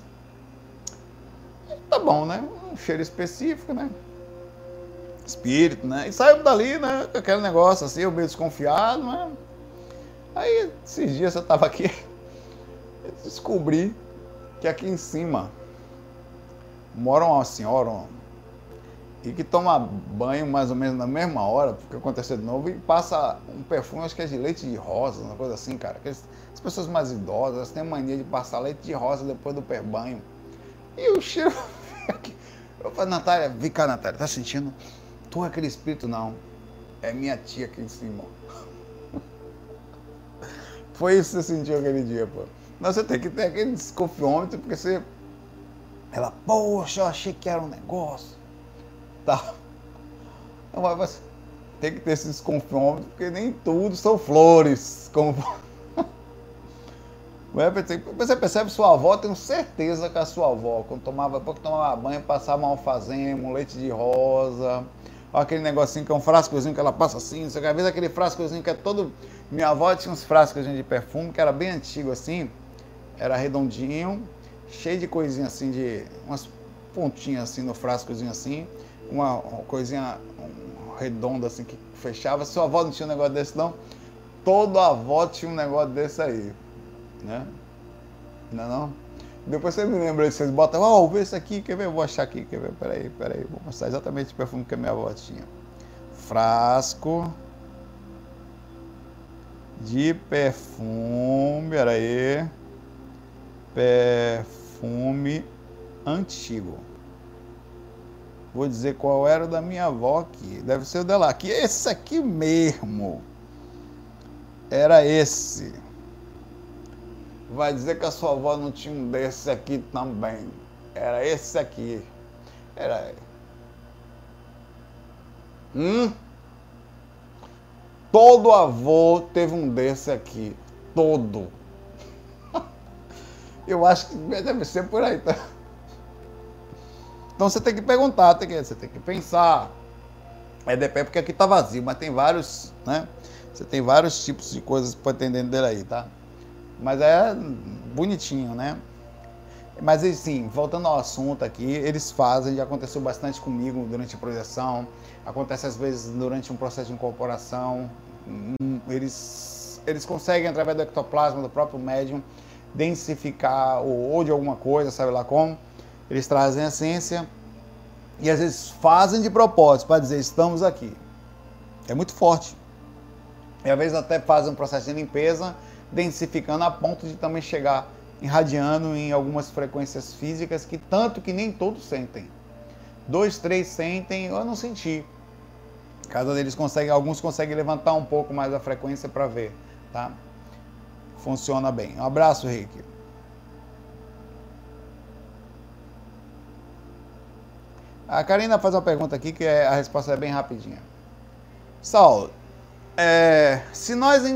tá bom, né? Um cheiro específico, né? Espírito, né? E saímos dali, né? Com aquele negócio assim, eu meio desconfiado, né? Aí, esses dias eu tava aqui, eu descobri que aqui em cima mora uma senhora e que toma banho mais ou menos na mesma hora, porque aconteceu de novo, e passa um perfume, acho que é de leite de rosa, uma coisa assim, cara. As pessoas mais idosas, elas têm mania de passar leite de rosa depois do banho. E o cheiro... Eu falei, Natália, vem cá, Natália, tá sentindo? Tu é aquele espírito? Não. É minha tia aqui em cima. Foi isso que você sentiu aquele dia, pô. Mas você tem que ter aquele desconfiômetro, porque você... Ela, poxa, eu achei que era um negócio. Tá. Mas tem que ter esse desconfiômetro, porque nem tudo são flores. Como... Você percebe, sua avó, tenho certeza que a sua avó, quando tomava banho, passava um alfazema, um leite de rosa, aquele negocinho que é um frascozinho que ela passa assim, às vezes aquele frascozinho que é todo... Minha avó tinha uns frascozinhos de perfume, que era bem antigo assim, era redondinho, cheio de coisinha assim, de umas pontinhas assim no frascozinho assim, uma coisinha redonda assim que fechava. Sua avó não tinha um negócio desse não? Toda avó tinha um negócio desse aí. Né? Não, não? Depois você me lembra, vocês botam, vê isso aqui, quer ver? Eu vou achar aqui, quer ver? Peraí, vou mostrar exatamente o perfume que a minha avó tinha. Frasco de perfume, peraí. Perfume antigo. Vou dizer qual era o da minha avó aqui. Deve ser o dela aqui. Esse aqui mesmo. Era esse. Vai dizer que a sua avó não tinha um desse aqui também. Era esse aqui. Era. Todo avô teve um desse aqui. Todo. Eu acho que deve ser por aí, tá? Então você tem que perguntar, você tem que pensar. Depende, porque aqui tá vazio, mas tem vários, né? Você tem vários tipos de coisas para entender dele aí, tá? Mas é bonitinho, né? Mas assim, voltando ao assunto aqui, eles fazem, já aconteceu bastante comigo durante a projeção, acontece às vezes durante um processo de incorporação, eles conseguem, através do ectoplasma do próprio médium, densificar ou de alguma coisa, sabe lá como, eles trazem a essência e às vezes fazem de propósito para dizer, estamos aqui. É muito forte. E às vezes até fazem um processo de limpeza, densificando a ponto de também chegar irradiando em algumas frequências físicas que tanto que nem todos sentem. 2, 3 sentem, eu não senti. Cada deles consegue, alguns conseguem levantar um pouco mais a frequência para ver, tá? Funciona bem. Um abraço, Rick. A Karina faz uma pergunta aqui que a resposta é bem rapidinha. Saulo, se nós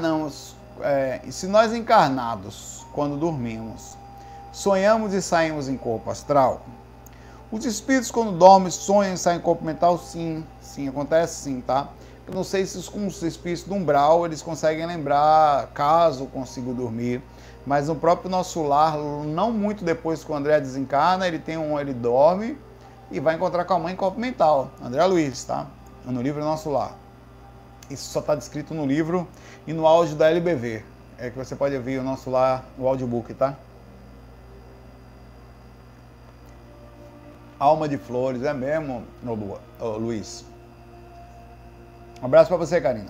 encarnados, quando dormimos, sonhamos e saímos em corpo astral, os espíritos quando dormem sonham e saem em corpo mental? Sim, acontece sim, tá? Eu não sei se os espíritos do umbral eles conseguem lembrar, caso consigam dormir, mas no próprio nosso lar, não muito depois que o André desencarna, ele dorme e vai encontrar com a mãe em corpo mental, André Luiz, tá? No livro Nosso Lar. Isso só está descrito no livro e no áudio da LBV. É que você pode ouvir o Nosso Lar, o audiobook, tá? Alma de Flores, é mesmo, Luiz? Um abraço para você, Karina.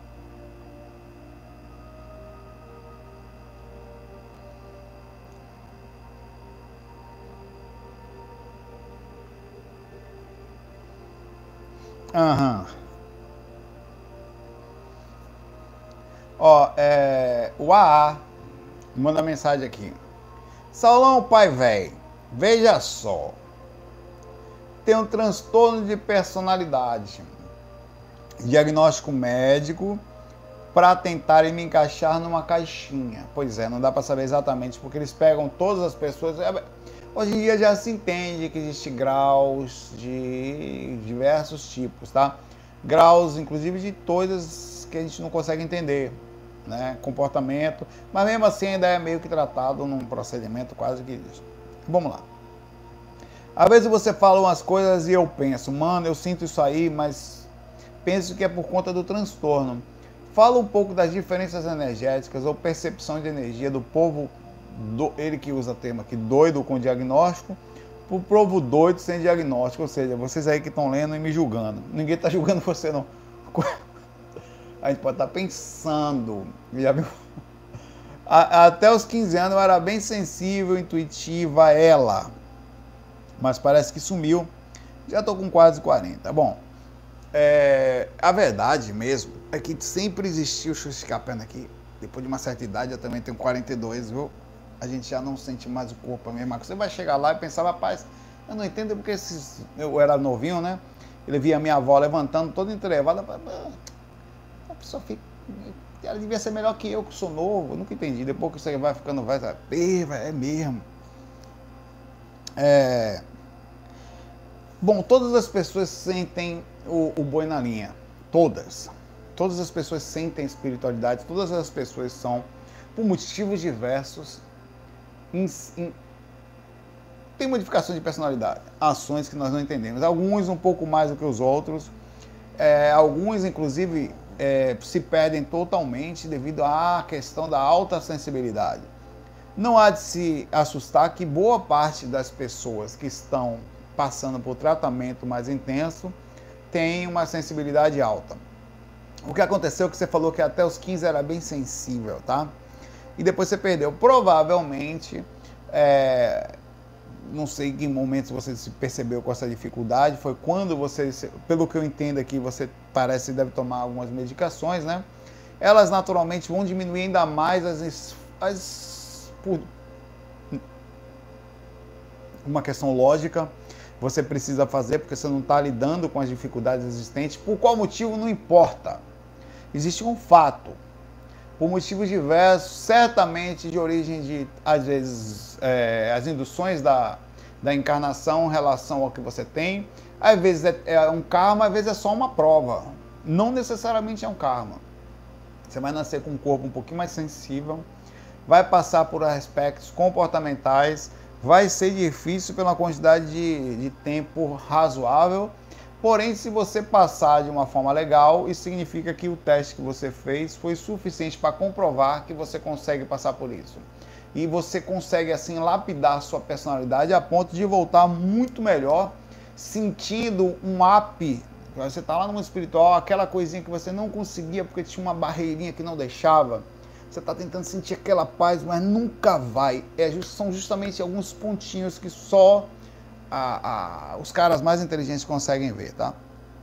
O AA manda mensagem aqui. Saulão, pai velho, veja só. Tem um transtorno de personalidade. Diagnóstico médico para tentarem me encaixar numa caixinha. Pois é, não dá para saber exatamente, porque eles pegam todas as pessoas. Hoje em dia já se entende que existem graus de diversos tipos, tá? Graus, inclusive, de coisas que a gente não consegue entender, né? Comportamento, mas mesmo assim ainda é meio que tratado num procedimento quase que isso. Vamos lá. Às vezes você fala umas coisas e eu penso, mano, eu sinto isso aí, mas penso que é por conta do transtorno. Fala um pouco das diferenças energéticas ou percepção de energia do povo, ele que usa o termo aqui, doido com diagnóstico, pro povo doido sem diagnóstico, ou seja, vocês aí que estão lendo e me julgando. Ninguém está julgando você, não. A gente pode estar pensando, já viu? Até os 15 anos eu era bem sensível, intuitiva, ela. Mas parece que sumiu. Já estou com quase 40. Bom, a verdade mesmo é que sempre existiu, deixa eu esticar a perna aqui, depois de uma certa idade, eu também tenho 42, viu? A gente já não sente mais o corpo, a mesma coisa. Você vai chegar lá e pensar, rapaz, eu não entendo porque eu era novinho, né? Ele via a minha avó levantando toda entrevada, a pessoa fica, ela devia ser melhor que eu sou novo, eu nunca entendi. Depois que você vai ficando velho, é mesmo. Bom, todas as pessoas sentem o boi na linha. Todas. Todas as pessoas sentem espiritualidade. Todas as pessoas são, por motivos diversos, tem modificação de personalidade. Ações que nós não entendemos. Alguns um pouco mais do que os outros. Alguns, inclusive, se perdem totalmente devido à questão da alta sensibilidade. Não há de se assustar que boa parte das pessoas que estão passando por tratamento mais intenso tem uma sensibilidade alta. O que aconteceu é que você falou que até os 15 era bem sensível, tá? E depois você perdeu. Provavelmente, não sei em que momento você se percebeu com essa dificuldade, foi quando você, pelo que eu entendo aqui, você parece que deve tomar algumas medicações, né? Elas naturalmente vão diminuir ainda mais por uma questão lógica, você precisa fazer porque você não está lidando com as dificuldades existentes. Por qual motivo, não importa. Existe um fato, por motivos diversos, certamente de origem de, às vezes, as induções da encarnação em relação ao que você tem. Às vezes é um karma, às vezes é só uma prova. Não necessariamente é um karma. Você vai nascer com um corpo um pouquinho mais sensível, vai passar por aspectos comportamentais, vai ser difícil pela quantidade de tempo razoável. Porém, se você passar de uma forma legal, isso significa que o teste que você fez foi suficiente para comprovar que você consegue passar por isso. E você consegue, assim, lapidar sua personalidade a ponto de voltar muito melhor, sentindo um up. Você está lá no mundo espiritual, aquela coisinha que você não conseguia porque tinha uma barreirinha que não deixava. Você está tentando sentir aquela paz, mas nunca vai. São justamente alguns pontinhos que só os caras mais inteligentes conseguem ver, tá?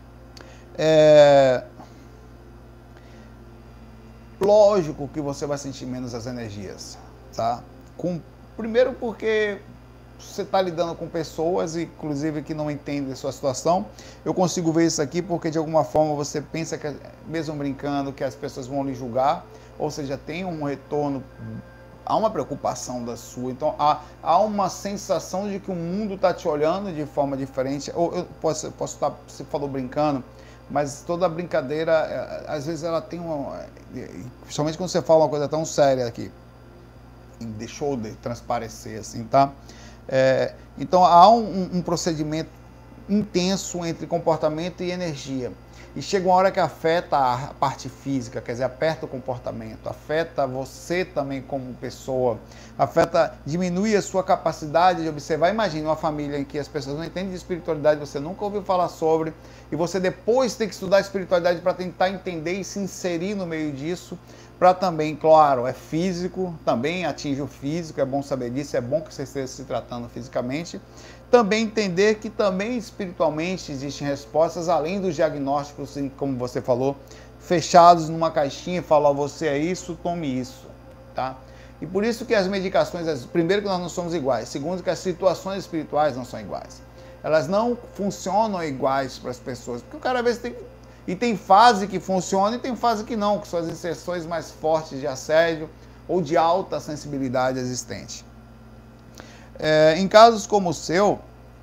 Lógico que você vai sentir menos as energias, tá? Primeiro porque você está lidando com pessoas, inclusive, que não entendem a sua situação. Eu consigo ver isso aqui porque, de alguma forma, você pensa, que, mesmo brincando, que as pessoas vão lhe julgar, ou seja, tem um retorno, há uma preocupação da sua, então há uma sensação de que o mundo está te olhando de forma diferente. Ou eu posso estar, você falou brincando, mas toda brincadeira, às vezes ela tem principalmente quando você fala uma coisa tão séria aqui, deixou de transparecer assim, tá? Então há um procedimento intenso entre comportamento e energia. E chega uma hora que afeta a parte física, quer dizer, aperta o comportamento, afeta você também como pessoa, diminui a sua capacidade de observar. Imagine uma família em que as pessoas não entendem de espiritualidade, você nunca ouviu falar sobre, e você depois tem que estudar espiritualidade para tentar entender e se inserir no meio disso, para também, claro, é físico, também atinge o físico, é bom saber disso, é bom que você esteja se tratando fisicamente. Também entender que também espiritualmente existem respostas, além dos diagnósticos, como você falou, fechados numa caixinha e falar, você é isso, tome isso, tá? E por isso que as medicações, primeiro que nós não somos iguais, segundo que as situações espirituais não são iguais. Elas não funcionam iguais para as pessoas, porque o cara às vezes tem... E tem fase que funciona e tem fase que não, que são as inserções mais fortes de assédio ou de alta sensibilidade existente. Em casos como o seu,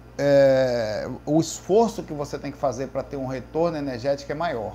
o esforço que você tem que fazer para ter um retorno energético é maior.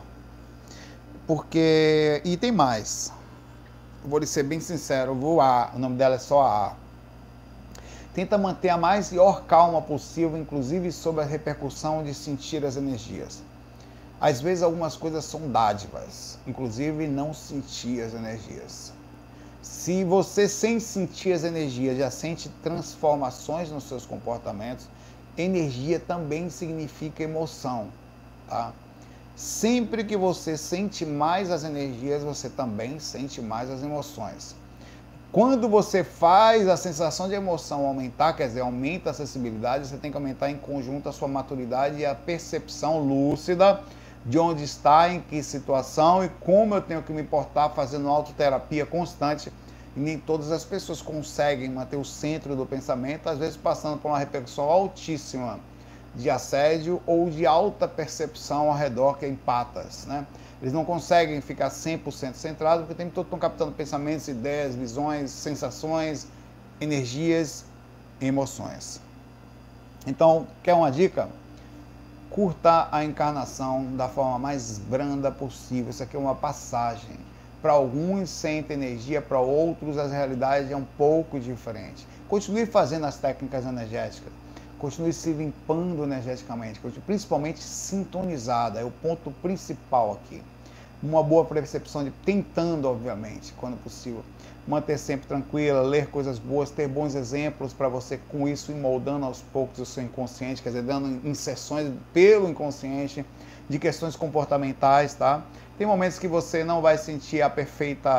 E tem mais. Vou lhe ser bem sincero, o nome dela é só a. Tenta manter a maior calma possível, inclusive sobre a repercussão de sentir as energias. Às vezes algumas coisas são dádivas, inclusive não sentir as energias. Se você, sem sentir as energias, já sente transformações nos seus comportamentos, energia também significa emoção, tá? Sempre que você sente mais as energias, você também sente mais as emoções. Quando você faz a sensação de emoção aumentar, quer dizer, aumenta a sensibilidade, você tem que aumentar em conjunto a sua maturidade e a percepção lúcida de onde está, em que situação e como eu tenho que me portar, fazendo autoterapia constante. E nem todas as pessoas conseguem manter o centro do pensamento, às vezes passando por uma repercussão altíssima de assédio ou de alta percepção ao redor, que é empatas, né? Eles não conseguem ficar 100% centrados, porque o tempo todo estão captando pensamentos, ideias, visões, sensações, energias e emoções. Então, quer uma dica? Curta a encarnação da forma mais branda possível. Isso aqui é uma passagem. Para alguns sentem energia, para outros a realidade é um pouco diferente. Continue fazendo as técnicas energéticas. Continue se limpando energeticamente, principalmente sintonizada. É o ponto principal aqui. Uma boa percepção, tentando, obviamente, quando possível, manter sempre tranquila, ler coisas boas, ter bons exemplos para você, com isso, ir moldando aos poucos o seu inconsciente, quer dizer, dando inserções pelo inconsciente de questões comportamentais, tá? Tem momentos que você não vai sentir a perfeita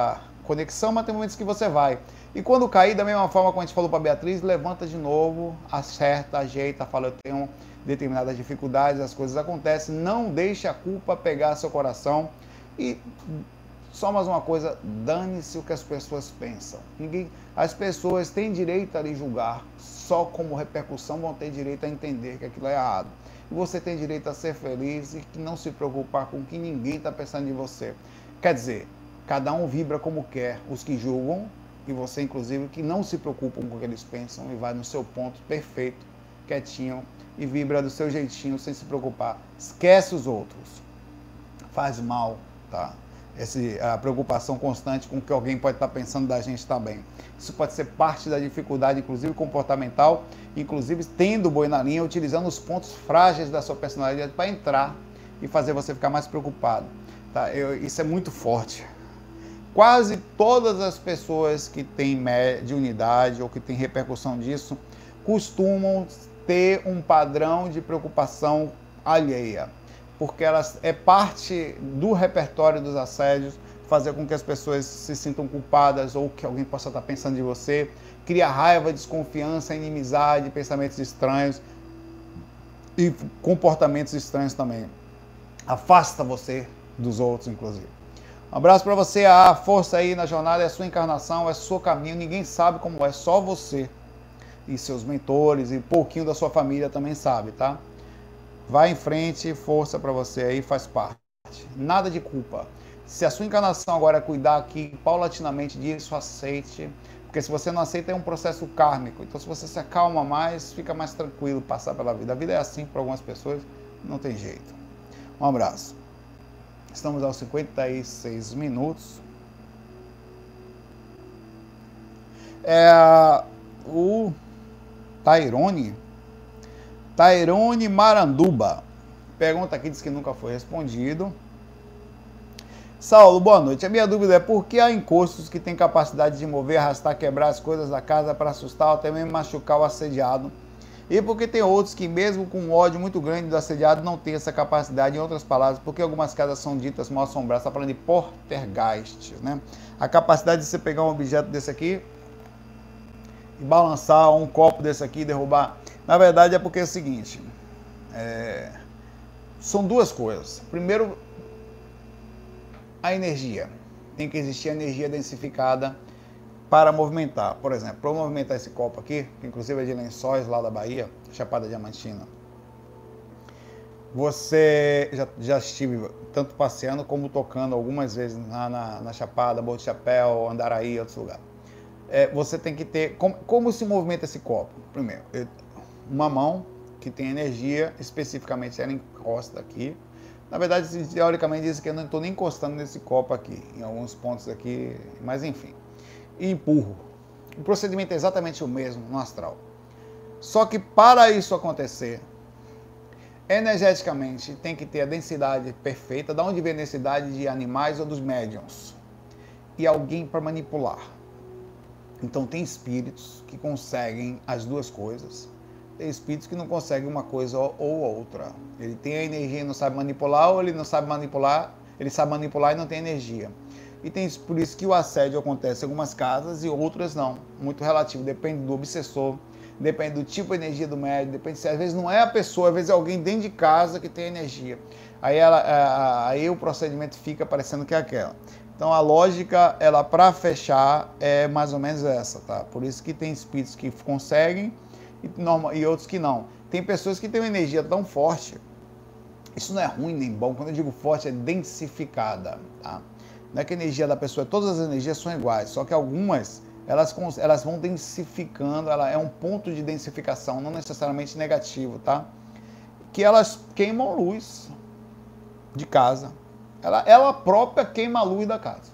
conexão, mas tem momentos que você vai. E quando cair, da mesma forma como a gente falou para Beatriz, levanta de novo, acerta, ajeita, fala, eu tenho determinadas dificuldades, as coisas acontecem, não deixe a culpa pegar seu coração. E só mais uma coisa, dane-se o que as pessoas pensam. As pessoas têm direito a lhe julgar, só como repercussão vão ter direito a entender que aquilo é errado. E você tem direito a ser feliz e que não se preocupar com o que ninguém está pensando em você. Quer dizer, cada um vibra como quer, os que julgam, e você inclusive, que não se preocupam com o que eles pensam e vai no seu ponto perfeito, quietinho, e vibra do seu jeitinho, sem se preocupar. Esquece os outros. Faz mal, tá? A preocupação constante com o que alguém pode estar pensando da gente também. Isso pode ser parte da dificuldade, inclusive comportamental, inclusive tendo boi na linha, utilizando os pontos frágeis da sua personalidade para entrar e fazer você ficar mais preocupado. Tá? Isso é muito forte. Quase todas as pessoas que têm mediunidade ou que têm repercussão disso costumam ter um padrão de preocupação alheia, porque elas é parte do repertório dos assédios fazer com que as pessoas se sintam culpadas ou que alguém possa estar pensando de você, cria raiva, desconfiança, inimizade, pensamentos estranhos e comportamentos estranhos também. Afasta você dos outros, inclusive. Um abraço para você, a força aí na jornada, é a sua encarnação, é o seu caminho, ninguém sabe como é, só você e seus mentores e pouquinho da sua família também sabe, tá? Vai em frente, força para você aí, faz parte. Nada de culpa. Se a sua encarnação agora é cuidar aqui paulatinamente disso, aceite. Porque se você não aceita, é um processo kármico. Então, se você se acalma mais, fica mais tranquilo passar pela vida. A vida é assim para algumas pessoas, não tem jeito. Um abraço. Estamos aos 56 minutos. O Tairone Maranduba. Pergunta aqui, diz que nunca foi respondido. Saulo, boa noite. A minha dúvida é por que há encostos que têm capacidade de mover, arrastar, quebrar as coisas da casa para assustar ou até mesmo machucar o assediado? E por que tem outros que, mesmo com um ódio muito grande do assediado, não tem essa capacidade? Em outras palavras, porque algumas casas são ditas mal assombradas? Está falando de poltergeist, né? A capacidade de você pegar um objeto desse aqui e balançar, um copo desse aqui e derrubar. Na verdade é porque é o seguinte, são duas coisas. Primeiro, a energia. Tem que existir energia densificada para movimentar. Por exemplo, para movimentar esse copo aqui, que inclusive é de Lençóis, lá da Bahia, Chapada Diamantina. Você já estive tanto passeando como tocando algumas vezes na Chapada, Boa de Chapéu, Andaraí, outros lugares. Você tem que ter... Como se movimenta esse copo? Primeiro, uma mão que tem energia, especificamente ela encosta aqui. Na verdade, teoricamente, diz que eu não estou nem encostando nesse copo aqui, em alguns pontos aqui, mas enfim. E empurro. O procedimento é exatamente o mesmo no astral. Só que para isso acontecer, energeticamente tem que ter a densidade perfeita. Da onde vem a densidade de animais ou dos médiums? E alguém para manipular. Então tem espíritos que conseguem as duas coisas. Tem espíritos que não conseguem uma coisa ou outra. Ele tem a energia e não sabe manipular, ou ele não sabe manipular, ele sabe manipular e não tem energia. E tem por isso que o assédio acontece em algumas casas e outras não. Muito relativo, depende do obsessor, depende do tipo de energia do médium, depende se às vezes não é a pessoa, às vezes é alguém dentro de casa que tem energia. Aí o procedimento fica parecendo que é aquela. Então a lógica, ela para fechar é mais ou menos essa, tá? Por isso que tem espíritos que conseguem e outros que não. Tem pessoas que têm uma energia tão forte, isso não é ruim nem bom, quando eu digo forte é densificada, tá? Não é que a energia da pessoa, todas as energias são iguais, só que algumas, elas vão densificando, ela é um ponto de densificação, não necessariamente negativo, tá? Que elas queimam luz de casa. Ela própria queima a luz da casa.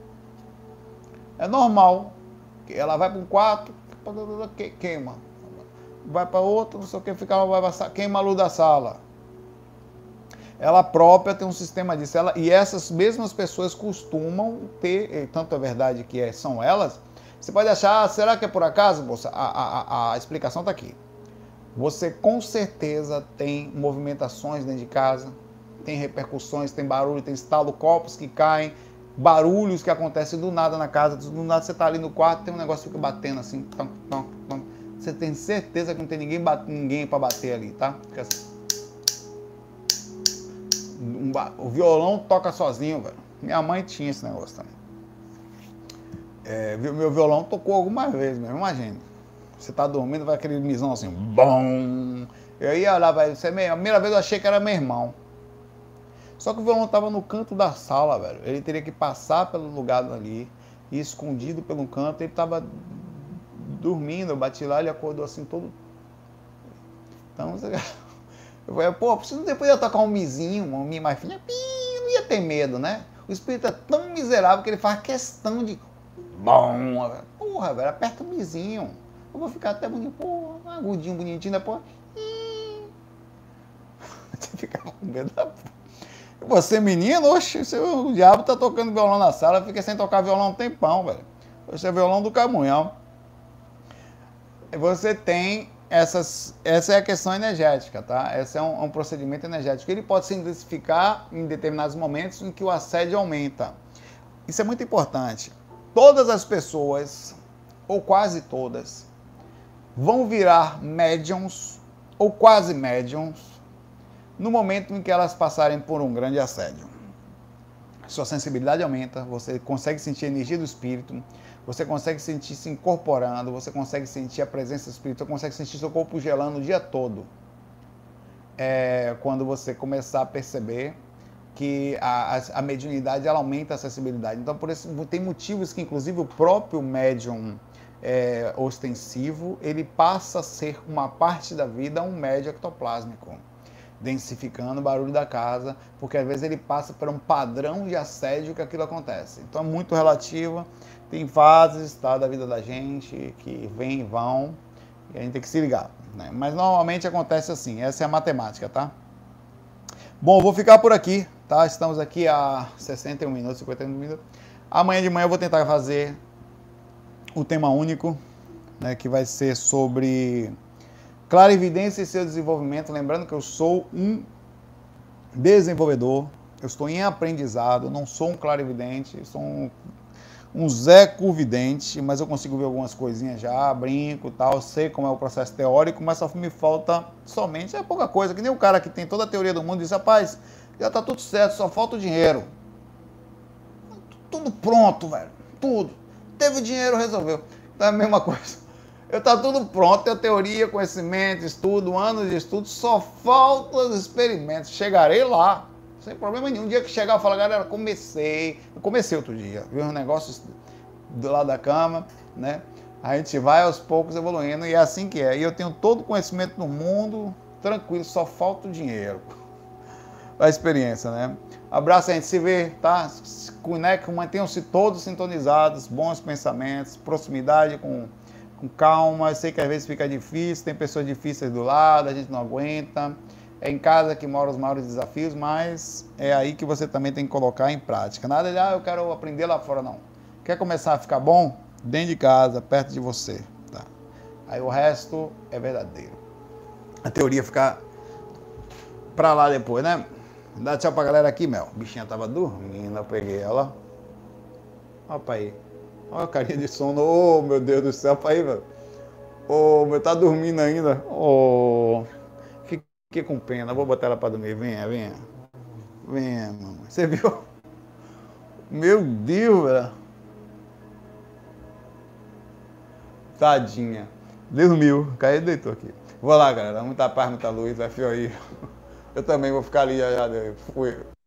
É normal. Ela vai para um quarto, queima. Vai para outro, não sei o que, queima a luz da sala. Ela própria tem um sistema disso. E essas mesmas pessoas costumam ter, tanto é verdade que são elas, você pode achar, será que é por acaso, moça? A explicação está aqui. Você com certeza tem movimentações dentro de casa, tem repercussões, tem barulho, tem estalo, copos que caem, barulhos que acontecem do nada na casa, do nada você tá ali no quarto, tem um negócio que fica batendo assim, tom, tom, tom. Você tem certeza que não tem ninguém para bater ali, tá? Fica assim. O violão toca sozinho, velho. Minha mãe tinha esse negócio também. Meu violão tocou algumas vezes mesmo, imagina. Você tá dormindo, vai aquele misão assim, bom. Eu ia olhar, velho, a primeira vez eu achei que era meu irmão. Só que o violão tava no canto da sala, velho. Ele teria que passar pelo lugar ali, e escondido pelo canto, ele tava dormindo, eu bati lá, ele acordou assim todo. Então, eu falei, pô, preciso depois eu tocar um mizinho, um mi mais fino, não ia ter medo, né? O espírito é tão miserável que ele faz questão de. Bom, porra, velho, aperta o mizinho. Eu vou ficar até bonito, porra, agudinho, bonitinho, depois. Você fica com medo da porra. Você, menino, oxe, o diabo tá tocando violão na sala, fica sem tocar violão um tempão, velho. Esse é violão do Camunhão. Você tem essa é a questão energética, tá? Esse é um procedimento energético. Ele pode se intensificar em determinados momentos em que o assédio aumenta. Isso é muito importante. Todas as pessoas, ou quase todas, vão virar médiums, ou quase médiums, no momento em que elas passarem por um grande assédio. Sua sensibilidade aumenta, você consegue sentir a energia do espírito, você consegue sentir se incorporando, você consegue sentir a presença do espírito, você consegue sentir seu corpo gelando o dia todo. Quando você começar a perceber que a mediunidade ela aumenta a sensibilidade. Então, por isso, tem motivos que, inclusive, o próprio médium ostensivo, ele passa a ser uma parte da vida um médium ectoplásmico, densificando o barulho da casa, porque às vezes ele passa por um padrão de assédio que aquilo acontece. Então é muito relativo, tem fases, tá, da vida da gente que vem e vão, e a gente tem que se ligar, né? Mas normalmente acontece assim, essa é a matemática, tá? Bom, vou ficar por aqui, tá? Estamos aqui a 61 minutos, 51 minutos. Amanhã de manhã eu vou tentar fazer o tema único, né, que vai ser sobre clarividência e seu desenvolvimento. Lembrando que eu sou um desenvolvedor, eu estou em aprendizado, não sou um clarividente, eu sou um Zé Curvidente, mas eu consigo ver algumas coisinhas já, brinco e tal, sei como é o processo teórico, mas só me falta somente, pouca coisa, que nem o cara que tem toda a teoria do mundo e diz, rapaz, já tá tudo certo, só falta o dinheiro. Tudo pronto, velho, tudo. Teve o dinheiro, resolveu. Então é a mesma coisa. Tá tudo pronto, tem teoria, conhecimento, estudo, anos de estudo, só falta os experimentos. Chegarei lá, sem problema nenhum. Um dia que chegar, eu falo, galera, eu comecei outro dia, vi uns negócios do lado da cama, né? A gente vai aos poucos evoluindo e é assim que é. E eu tenho todo o conhecimento do mundo, tranquilo, só falta o dinheiro. A experiência, né? Abraço, a gente se vê, tá? Mantenham-se todos sintonizados, bons pensamentos, proximidade com calma. Eu sei que às vezes fica difícil, tem pessoas difíceis do lado, a gente não aguenta. É em casa que moram os maiores desafios, mas é aí que você também tem que colocar em prática. Nada de, eu quero aprender lá fora, não. Quer começar a ficar bom? Dentro de casa, perto de você, tá? Aí o resto é verdadeiro. A teoria fica pra lá depois, né? Dá tchau pra galera aqui, Mel. A bichinha tava dormindo, eu peguei ela. Olha pra aí. Olha a carinha de sono. Oh, meu Deus do céu, pra aí, velho. Oh, meu, tá dormindo ainda. Oh, fiquei com pena. Vou botar ela pra dormir. Venha, venha. Venha, mamãe. Você viu? Meu Deus, velho. Tadinha. Dormiu. Caiu e deitou aqui. Vou lá, galera. Muita paz, muita luz. FOI. Eu também vou ficar ali já. Fui.